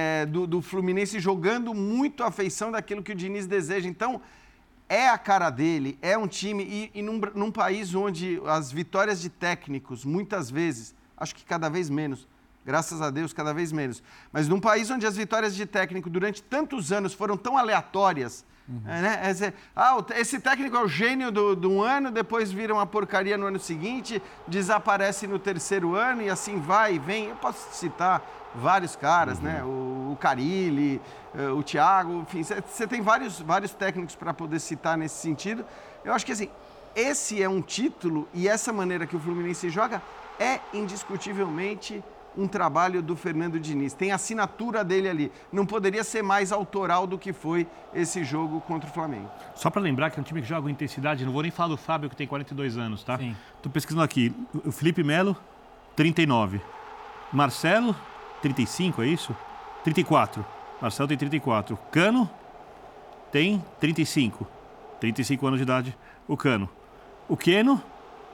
do Fluminense jogando muito à feição daquilo que o Diniz deseja. Então, é a cara dele, é um time, e num país onde as vitórias de técnicos, muitas vezes, acho que cada vez menos, graças a Deus, cada vez menos. Mas num país onde as vitórias de técnico durante tantos anos foram tão aleatórias, né? Esse técnico é o gênio de um ano, depois vira uma porcaria no ano seguinte, desaparece no 3º ano e assim vai e vem. Eu posso citar vários caras, né? O Carille, o Thiago, enfim, você tem vários técnicos para poder citar nesse sentido. Eu acho que assim, esse é um título e essa maneira que o Fluminense joga é indiscutivelmente um trabalho do Fernando Diniz. Tem a assinatura dele ali. Não poderia ser mais autoral do que foi esse jogo contra o Flamengo. Só para lembrar que é um time que joga com intensidade, não vou nem falar do Fábio, que tem 42 anos, tá? Sim. Tô pesquisando aqui. O Felipe Melo, 39. Marcelo, 35, é isso? 34. Marcelo tem 34. Cano tem 35. 35 anos de idade, o Cano. O Keno,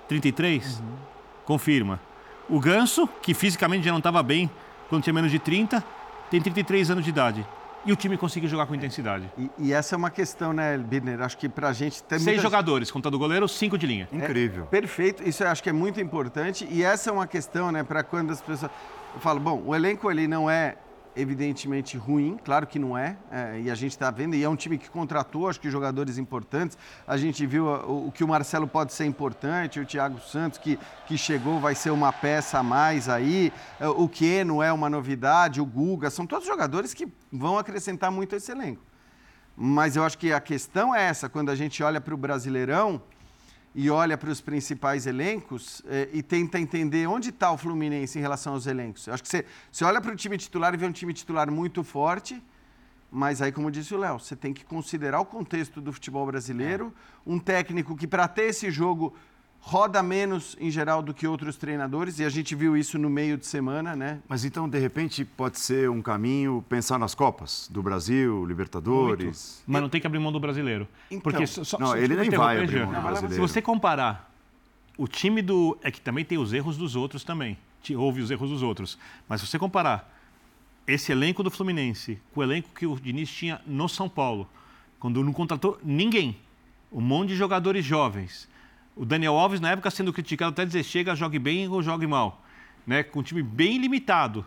33. Confirma. O Ganso, que fisicamente já não estava bem quando tinha menos de 30, tem 33 anos de idade. E o time conseguiu jogar com intensidade. E essa é uma questão, né, Birner? Acho que pra gente... 6 jogadores, contando o goleiro, 5 de linha. Incrível. Perfeito. Isso eu acho que é muito importante. E essa é uma questão, né, para quando as pessoas... Eu falo, bom, o elenco ele não é evidentemente ruim, claro que não é, e a gente está vendo, e é um time que contratou, acho que jogadores importantes, a gente viu o que o Marcelo pode ser importante, o Thiago Santos que chegou vai ser uma peça a mais aí, o Keno é uma novidade, o Guga, são todos jogadores que vão acrescentar muito a esse elenco. Mas eu acho que a questão é essa, quando a gente olha para o Brasileirão e olha para os principais elencos e tenta entender onde está o Fluminense em relação aos elencos. Eu acho que você olha para o time titular e vê um time titular muito forte, mas aí, como disse o Léo, você tem que considerar o contexto do futebol brasileiro, um técnico que, para ter esse jogo, roda menos, em geral, do que outros treinadores, e a gente viu isso no meio de semana, né? Mas então, de repente, pode ser um caminho pensar nas Copas do Brasil, Libertadores... Muito. Mas não tem que abrir mão do brasileiro. Então, porque ele nem vai abrir mão do brasileiro. Se você comparar o time do... É que também tem os erros dos outros também. Houve os erros dos outros. Mas se você comparar esse elenco do Fluminense com o elenco que o Diniz tinha no São Paulo, quando não contratou ninguém, um monte de jogadores jovens... O Daniel Alves, na época, sendo criticado até dizer chega, jogue bem ou jogue mal. Né? Com um time bem limitado.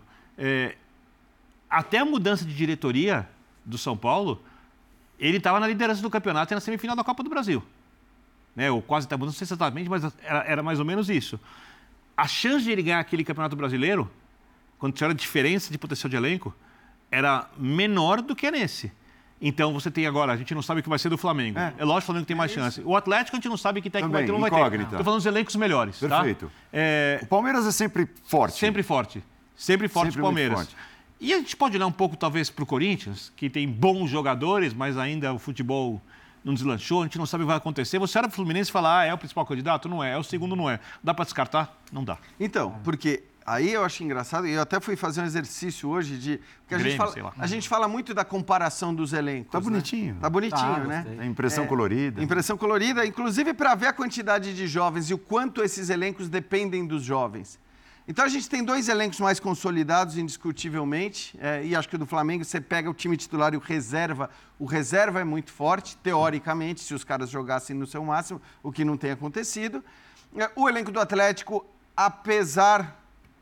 Até a mudança de diretoria do São Paulo, ele estava na liderança do campeonato e na semifinal da Copa do Brasil. Né? Ou quase até, não sei exatamente, mas era mais ou menos isso. A chance de ele ganhar aquele campeonato brasileiro, quando tinha a diferença de potencial de elenco, era menor do que nesse. Então, você tem agora, a gente não sabe o que vai ser do Flamengo. É lógico que o Flamengo tem mais chance. O Atlético, a gente não sabe que técnico vai ter ou não vai ter. Estou falando dos elencos melhores. Perfeito. Tá? O Palmeiras é sempre forte. Sempre forte. Sempre forte o Palmeiras. Forte. E a gente pode olhar um pouco, talvez, para o Corinthians, que tem bons jogadores, mas ainda o futebol não deslanchou, a gente não sabe o que vai acontecer. Você olha para o Fluminense e fala, é o principal candidato? Não é. É o segundo? Não é. Dá para descartar? Não dá. Então, porque... Aí eu acho engraçado, e eu até fui fazer um exercício hoje de... Porque a gente fala muito da comparação dos elencos. Tá bonitinho. Né? Tá bonitinho, né? Tem impressão colorida. Impressão colorida, inclusive para ver a quantidade de jovens e o quanto esses elencos dependem dos jovens. Então a gente tem 2 elencos mais consolidados, indiscutivelmente, e acho que o do Flamengo, você pega o time titular e o reserva é muito forte, teoricamente, se os caras jogassem no seu máximo, o que não tem acontecido. O elenco do Atlético, apesar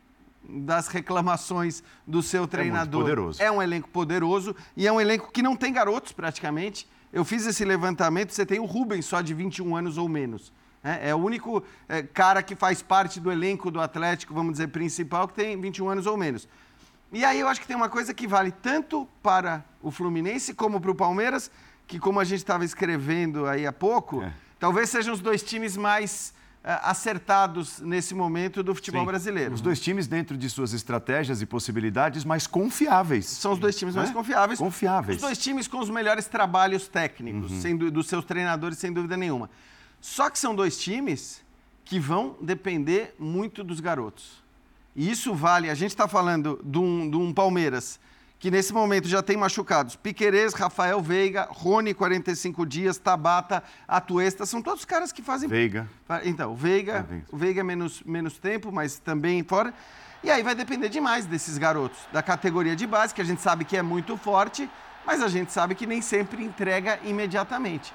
das reclamações do seu treinador, é um elenco poderoso e é um elenco que não tem garotos praticamente. Eu fiz esse levantamento, você tem o Rubens só de 21 anos ou menos. É o único cara que faz parte do elenco do Atlético, vamos dizer, principal, que tem 21 anos ou menos. E aí eu acho que tem uma coisa que vale tanto para o Fluminense como para o Palmeiras, que como a gente estava escrevendo aí há pouco, talvez sejam os 2 times mais... acertados nesse momento do futebol brasileiro. Os 2 times dentro de suas estratégias e possibilidades mais confiáveis. São os 2 times mais confiáveis. Confiáveis. Os 2 times com os melhores trabalhos técnicos, dos seus treinadores, sem dúvida nenhuma. Só que são 2 times que vão depender muito dos garotos. E isso vale, a gente está falando de um Palmeiras que nesse momento já tem machucados Piquerez, Rafael Veiga, Rony, 45 dias, Tabata, Atuesta, são todos caras que fazem... Veiga. Então, o Veiga é menos tempo, mas também fora. E aí vai depender demais desses garotos, da categoria de base, que a gente sabe que é muito forte, mas a gente sabe que nem sempre entrega imediatamente.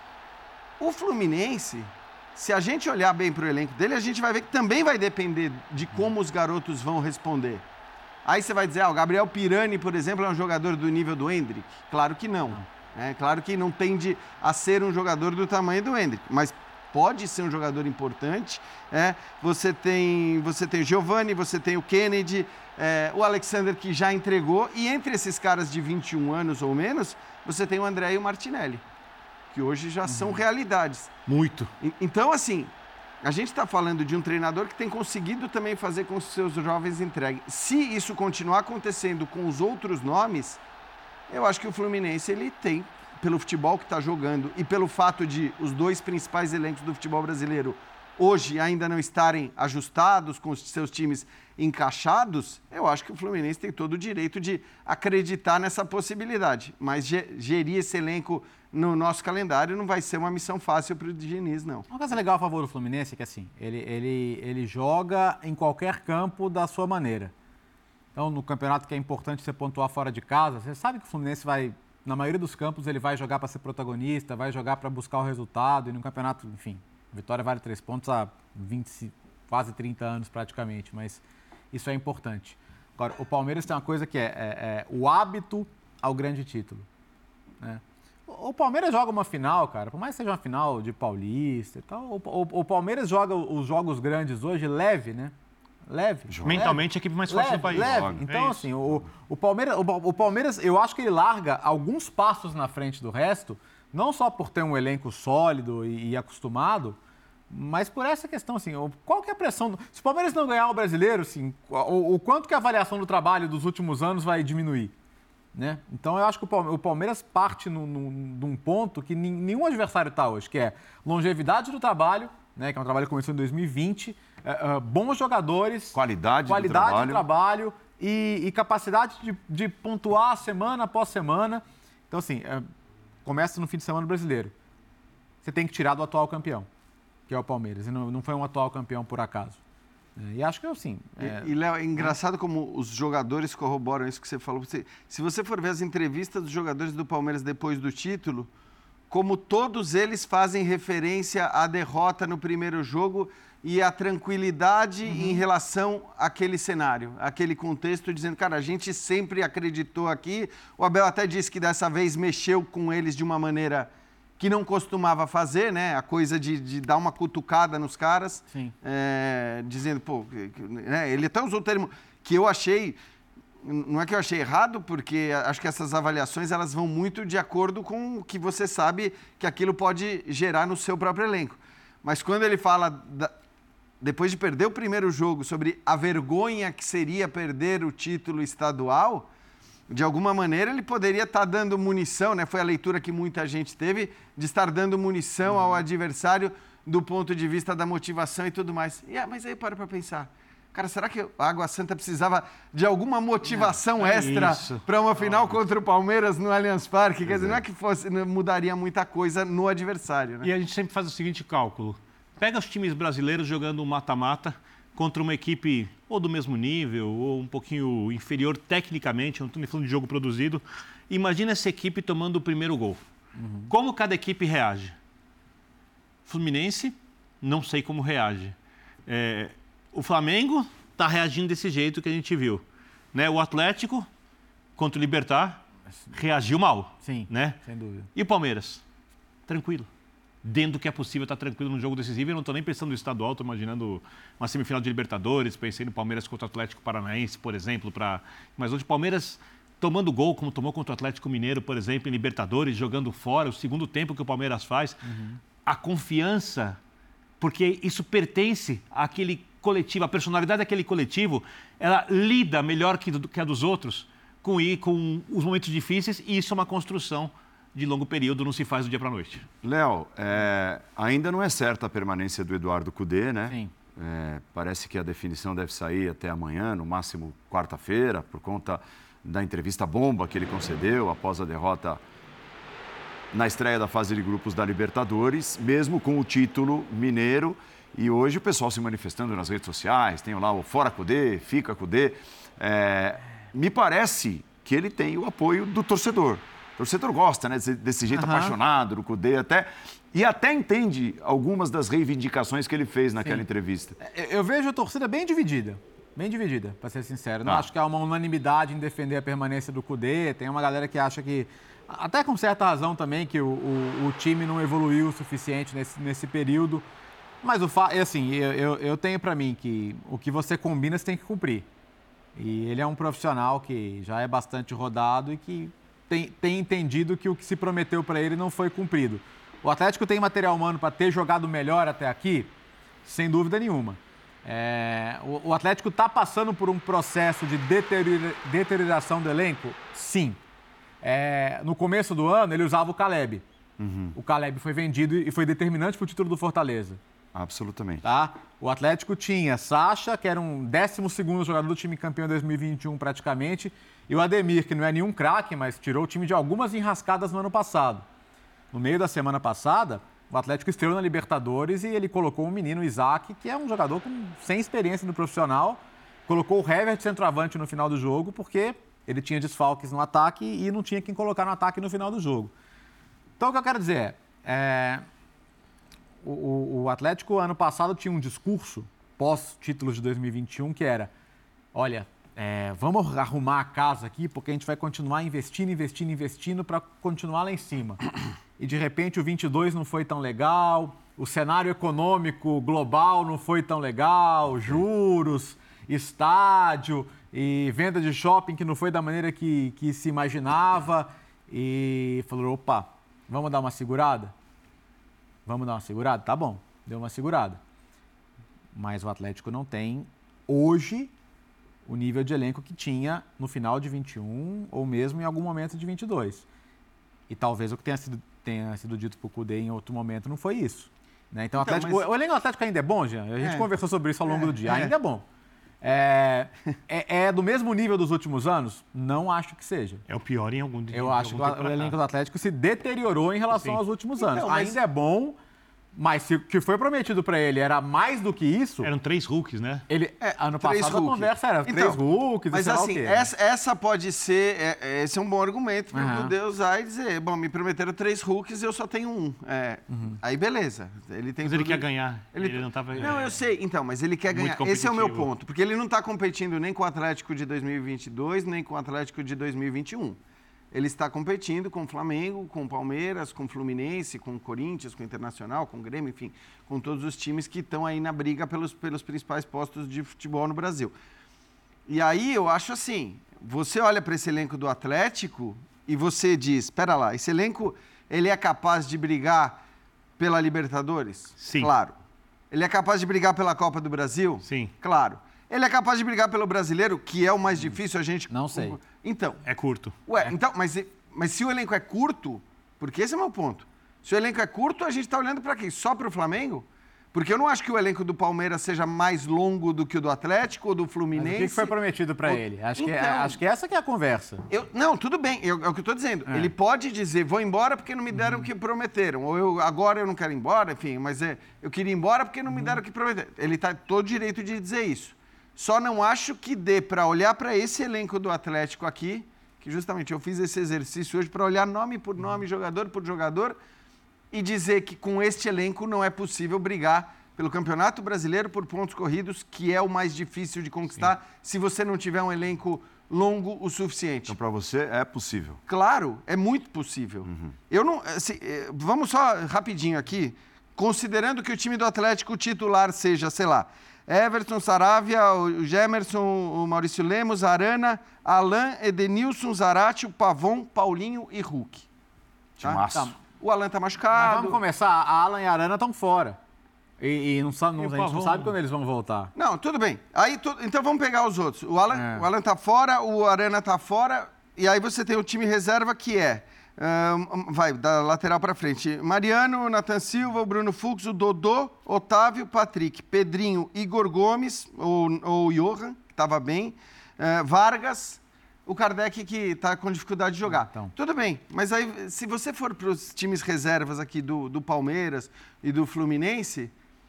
O Fluminense, se a gente olhar bem para o elenco dele, a gente vai ver que também vai depender de como os garotos vão responder. Aí você vai dizer, o Gabriel Pirani, por exemplo, é um jogador do nível do Endrick? Claro que não. Claro que não tende a ser um jogador do tamanho do Endrick, mas pode ser um jogador importante. Você tem o Giovani, você tem o Kennedy, o Alexander, que já entregou, e entre esses caras de 21 anos ou menos, você tem o André e o Martinelli, que hoje já são realidades. Muito. Então, assim... A gente está falando de um treinador que tem conseguido também fazer com que os seus jovens entreguem. Se isso continuar acontecendo com os outros nomes, eu acho que o Fluminense ele tem, pelo futebol que está jogando e pelo fato de os 2 principais elencos do futebol brasileiro hoje ainda não estarem ajustados, com os seus times encaixados, eu acho que o Fluminense tem todo o direito de acreditar nessa possibilidade. Mas gerir esse elenco no nosso calendário não vai ser uma missão fácil para o Diniz, não. Uma coisa legal a favor do Fluminense é que, assim, ele joga em qualquer campo da sua maneira. Então, no campeonato que é importante você pontuar fora de casa, você sabe que o Fluminense vai, na maioria dos campos, ele vai jogar para ser protagonista, vai jogar para buscar o resultado, e no campeonato, enfim, vitória vale 3 pontos há 20, quase 30 anos praticamente, mas isso é importante. Agora, o Palmeiras tem uma coisa que é o hábito ao grande título, né? O Palmeiras joga uma final, cara, por mais que seja uma final de Paulista e tal, o Palmeiras joga os jogos grandes hoje leve, né? Leve. Mentalmente, a equipe mais forte do país. Leve. Então, assim, o Palmeiras, eu acho que ele larga alguns passos na frente do resto, não só por ter um elenco sólido e acostumado, mas por essa questão, assim, qual que é a pressão? Se o Palmeiras não ganhar o Brasileiro, assim, o quanto que a avaliação do trabalho dos últimos anos vai diminuir? Né? Então, eu acho que o Palmeiras parte de um ponto que nenhum adversário está hoje, que é longevidade do trabalho, né, que é um trabalho que começou em 2020, bons jogadores, qualidade do trabalho e capacidade de pontuar semana após semana. Então, assim, começa no fim de semana brasileiro. Você tem que tirar do atual campeão, que é o Palmeiras, e não foi um atual campeão por acaso. E acho que assim... E Léo, é engraçado como os jogadores corroboram isso que você falou. Se você for ver as entrevistas dos jogadores do Palmeiras depois do título, como todos eles fazem referência à derrota no primeiro jogo e à tranquilidade em relação àquele cenário, àquele contexto, dizendo, cara, a gente sempre acreditou aqui. O Abel até disse que dessa vez mexeu com eles de uma maneira que não costumava fazer, né? A coisa de dar uma cutucada nos caras, dizendo, pô, né? Ele até usou o termo que eu achei, não é que eu achei errado, porque acho que essas avaliações elas vão muito de acordo com o que você sabe que aquilo pode gerar no seu próprio elenco. Mas quando ele fala, depois de perder o primeiro jogo, sobre a vergonha que seria perder o título estadual, de alguma maneira ele poderia estar dando munição, né? Foi a leitura que muita gente teve, de estar dando munição ao adversário do ponto de vista da motivação e tudo mais. Mas aí para pensar. Cara, será que a Água Santa precisava de alguma motivação extra para uma final contra o Palmeiras no Allianz Parque? Quer dizer, não é que não mudaria muita coisa no adversário, né? E a gente sempre faz o seguinte cálculo. Pega os times brasileiros jogando um mata-mata contra uma equipe ou do mesmo nível ou um pouquinho inferior tecnicamente, não estou nem falando de jogo produzido. Imagina essa equipe tomando o primeiro gol. Como cada equipe reage? Fluminense, não sei como reage. O Flamengo está reagindo desse jeito que a gente viu. Né? O Atlético, contra o Libertad, reagiu mal. Sim, né? sem dúvida. E o Palmeiras? Tranquilo. Dentro do que é possível, está tranquilo no jogo decisivo. Eu não estou nem pensando no estadual, estou imaginando uma semifinal de Libertadores, pensei no Palmeiras contra o Atlético Paranaense, por exemplo. Mas hoje o Palmeiras tomando gol, como tomou contra o Atlético Mineiro, por exemplo, em Libertadores, jogando fora, o segundo tempo que o Palmeiras faz. A confiança, porque isso pertence àquele coletivo, a personalidade daquele coletivo, ela lida melhor que a dos outros com os momentos difíceis, e isso é uma construção de longo período, não se faz do dia para a noite. Léo, ainda não é certa a permanência do Eduardo Cudê, né? Sim. Parece que a definição deve sair até amanhã, no máximo quarta-feira, por conta da entrevista bomba que ele concedeu após a derrota na estreia da fase de grupos da Libertadores, mesmo com o título mineiro. E hoje o pessoal se manifestando nas redes sociais, tem lá o Fora Cudê, Fica Cudê. Me parece que ele tem o apoio do torcedor. O torcedor gosta, né, desse jeito apaixonado do Cudê e até entende algumas das reivindicações que ele fez naquela entrevista. Eu vejo a torcida bem dividida, para ser sincero. Não acho que há uma unanimidade em defender a permanência do Cudê. Tem uma galera que acha que, até com certa razão também, que o time não evoluiu o suficiente nesse período. Mas assim, eu tenho para mim que o que você combina, você tem que cumprir. E ele é um profissional que já é bastante rodado e que tem entendido que o que se prometeu para ele não foi cumprido. O Atlético tem material humano para ter jogado melhor até aqui? Sem dúvida nenhuma. O Atlético está passando por um processo de deterioração do elenco? Sim. No começo do ano, ele usava o Caleb. O Caleb foi vendido e foi determinante para o título do Fortaleza. Absolutamente. Tá? O Atlético tinha Sacha, que era um 12º jogador do time campeão em 2021 praticamente, e o Ademir, que não é nenhum craque, mas tirou o time de algumas enrascadas no ano passado. No meio da semana passada, o Atlético estreou na Libertadores e ele colocou um menino, Isaac, que é um jogador sem experiência no profissional, colocou o Hever de centroavante no final do jogo, porque ele tinha desfalques no ataque e não tinha quem colocar no ataque no final do jogo. Então, o que eu quero dizer o Atlético, ano passado, tinha um discurso, pós-títulos de 2021, que era, olha, vamos arrumar a casa aqui, porque a gente vai continuar investindo para continuar lá em cima. E, de repente, o 22 não foi tão legal, o cenário econômico global não foi tão legal, juros, estádio e venda de shopping que não foi da maneira que se imaginava. E falou, opa, vamos dar uma segurada? Vamos dar uma segurada? Tá bom, deu uma segurada. Mas o Atlético não tem, hoje, o nível de elenco que tinha no final de 21 ou mesmo em algum momento de 22. E talvez o que tenha sido dito por Cudê em outro momento não foi isso. Né? Então, o elenco do Atlético ainda é bom, Jean? A gente conversou sobre isso ao longo do dia. Ainda é bom. É do mesmo nível dos últimos anos? Não acho que seja. É o pior em algum dia. Eu acho que o elenco do Atlético se deteriorou em relação aos últimos anos. Ainda é bom, Mas se o que foi prometido para ele era mais do que isso... Eram 3 Hulks, né? Ano três passado a Hulk. conversa era 3 Hulks, mas sei lá o assim, quê. essa pode ser... esse é um bom argumento para Uhum. poder usar e dizer, bom, me prometeram 3 Hulks e eu só tenho um. Aí beleza. Ele tem Mas ele tudo- quer ganhar. Ele não estava... Não, eu sei. Então, mas ele quer Muito ganhar. Esse é o meu competitivo. ponto. Porque ele não está competindo nem com o Atlético de 2022, nem com o Atlético de 2021. Ele está competindo com o Flamengo, com o Palmeiras, com o Fluminense, com o Corinthians, com o Internacional, com o Grêmio, enfim, com todos os times que estão aí na briga pelos principais postos de futebol no Brasil. E aí eu acho assim, você olha para esse elenco do Atlético e você diz, espera lá, esse elenco, ele é capaz de brigar pela Libertadores? Sim. Claro. Ele é capaz de brigar pela Copa do Brasil? Sim. Claro. Ele é capaz de brigar pelo Brasileiro, que é o mais difícil, a gente... Não sei. Então, É curto. então, mas se o elenco é curto, porque esse é o meu ponto. Se o elenco é curto, a gente está olhando para quem? Só para o Flamengo? Porque eu não acho que o elenco do Palmeiras seja mais longo do que o do Atlético ou do Mas Fluminense. o que foi prometido para ele? Acho Então- que essa que é a conversa. Não, tudo bem, é o que eu estou dizendo. Ele pode dizer, vou embora porque não me deram o que prometeram. Ou agora eu não quero ir embora, enfim, mas eu queria ir embora porque não me deram o que prometeram. Ele está todo direito de dizer isso. Só não acho que dê para olhar para esse elenco do Atlético aqui, que justamente eu fiz esse exercício hoje para olhar nome por nome, jogador por jogador, e dizer que com este elenco não é possível brigar pelo Campeonato Brasileiro por pontos corridos, que é o mais difícil de conquistar se você não tiver um elenco longo o suficiente. Então, para você, é possível. Claro, é muito possível. Eu não, assim, vamos só rapidinho aqui, considerando que o time do Atlético titular seja, sei lá, Everton, Saravia, o Gemerson, o Maurício Lemos, Arana, Alan, Edenilson, Zarate, o Pavon, Paulinho e Hulk. Tá? Timaço. O Alan tá Mas machucado. vamos começar. A Alan e a Arana estão fora. E não sabe, E o a gente não Pavon? sabe quando eles vão voltar. Não, tudo bem. Aí, então vamos pegar os outros. O Alan tá fora, o Arana tá fora, e aí você tem o time reserva que é... vai, da lateral para frente. Mariano, Nathan Silva, o Bruno Fux, o Dodô, Otávio, Patrick, Pedrinho, Igor Gomes, ou Johan, que estava bem, Vargas, o Kardec que está com dificuldade de jogar. Então. Tudo bem, mas aí se você for para os times reservas aqui do Palmeiras e do Fluminense...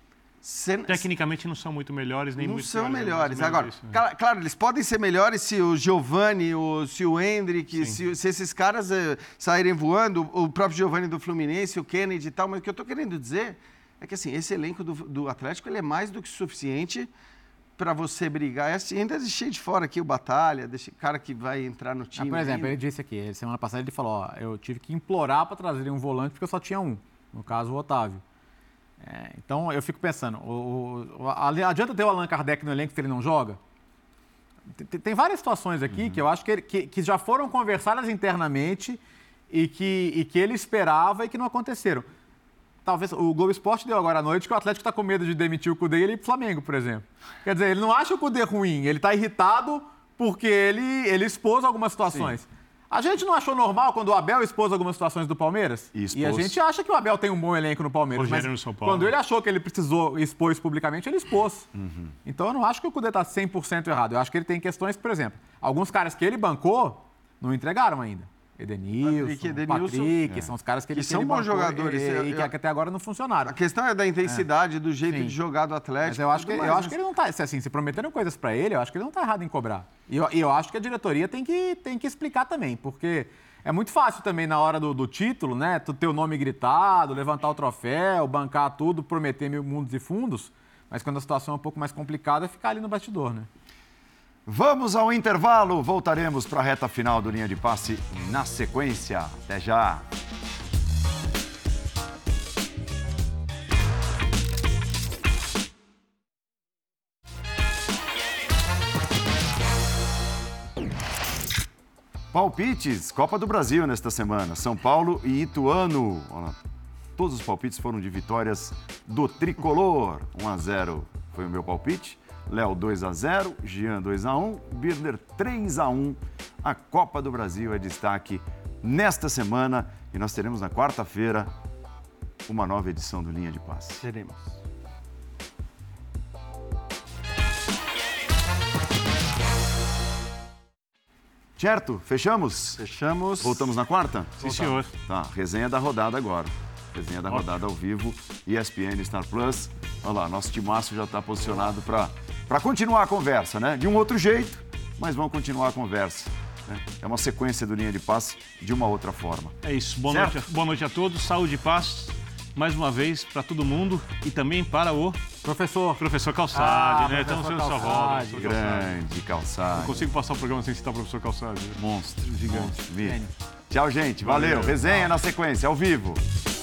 Tecnicamente não são muito melhores, nem Não muito são melhores. melhores. Agora, claro, eles podem ser melhores se o Giovani, se o Hendrick, se esses caras saírem voando, o próprio Giovani do Fluminense, o Kennedy e tal, mas o que eu estou querendo dizer é que assim, esse elenco do Atlético ele é mais do que suficiente para você brigar. Ainda deixei de fora aqui o Batalha, cara que vai entrar no time. Por exemplo, ainda. ele disse aqui, semana passada ele falou, ó, eu tive que implorar para trazer um volante porque eu só tinha um, no caso o Otávio. Então eu fico pensando, adianta ter o Allan Kardec no elenco se ele não joga? Tem várias situações aqui que eu acho que já foram conversadas internamente e que ele esperava e que não aconteceram. Talvez o Globo Esporte deu agora à noite que o Atlético está com medo de demitir o Cudê e ele ir pro Flamengo, por exemplo. Quer dizer, ele não acha o Cudê ruim, ele está irritado porque ele expôs algumas situações. Sim. A gente não achou normal quando o Abel expôs algumas situações do Palmeiras? E a gente acha que o Abel tem um bom elenco no Palmeiras. Rogério mas no São Paulo. Quando ele achou que ele precisou expor isso publicamente, ele expôs. Então eu não acho que o Cudê está 100% errado. Eu acho que ele tem questões, por exemplo, alguns caras que ele bancou não entregaram ainda. Edenilson, Patrick, são os caras que ele são ele bons bancou jogadores. E que até agora não funcionaram. A questão é da intensidade, do jeito de jogar do Atlético. Mas eu acho que ele não está... Assim, se prometeram coisas para ele, eu acho que ele não está errado em cobrar. E eu acho que a diretoria tem que explicar também, porque é muito fácil também na hora do título, né? Tu ter o nome gritado, levantar o troféu, bancar tudo, prometer mil mundos e fundos, mas quando a situação é um pouco mais complicada, é ficar ali no bastidor, né? Vamos ao intervalo, voltaremos para a reta final do Linha de Passe na sequência. Até já! Palpites, Copa do Brasil nesta semana, São Paulo e Ituano. Todos os palpites foram de vitórias do Tricolor. 1-0 foi o meu palpite. Léo 2-0, Jean 2-1, Birner 3-1. A Copa do Brasil é destaque nesta semana e nós teremos na quarta-feira uma nova edição do Linha de Passe. Teremos. Certo? Fechamos? Fechamos. Voltamos na quarta? Sim, senhor. Tá, resenha da rodada agora. Resenha da rodada ao vivo, ESPN, Star Plus. Olha lá, nosso timaço já está posicionado para continuar a conversa, né? De um outro jeito, mas vamos continuar a conversa. Né? É uma sequência do Linha de Passe de uma outra forma. É isso. Certo? Boa noite a todos. Saúde e paz, mais uma vez, para todo mundo e também para o Professor. professor Calçade, né? Professor Então, seu Calçade. professor Calçade. Grande Calçade. Não consigo passar o programa sem citar o professor Calçade. Monstro, gigante. Gênio. Tchau, gente. Valeu. Resenha na sequência, ao vivo.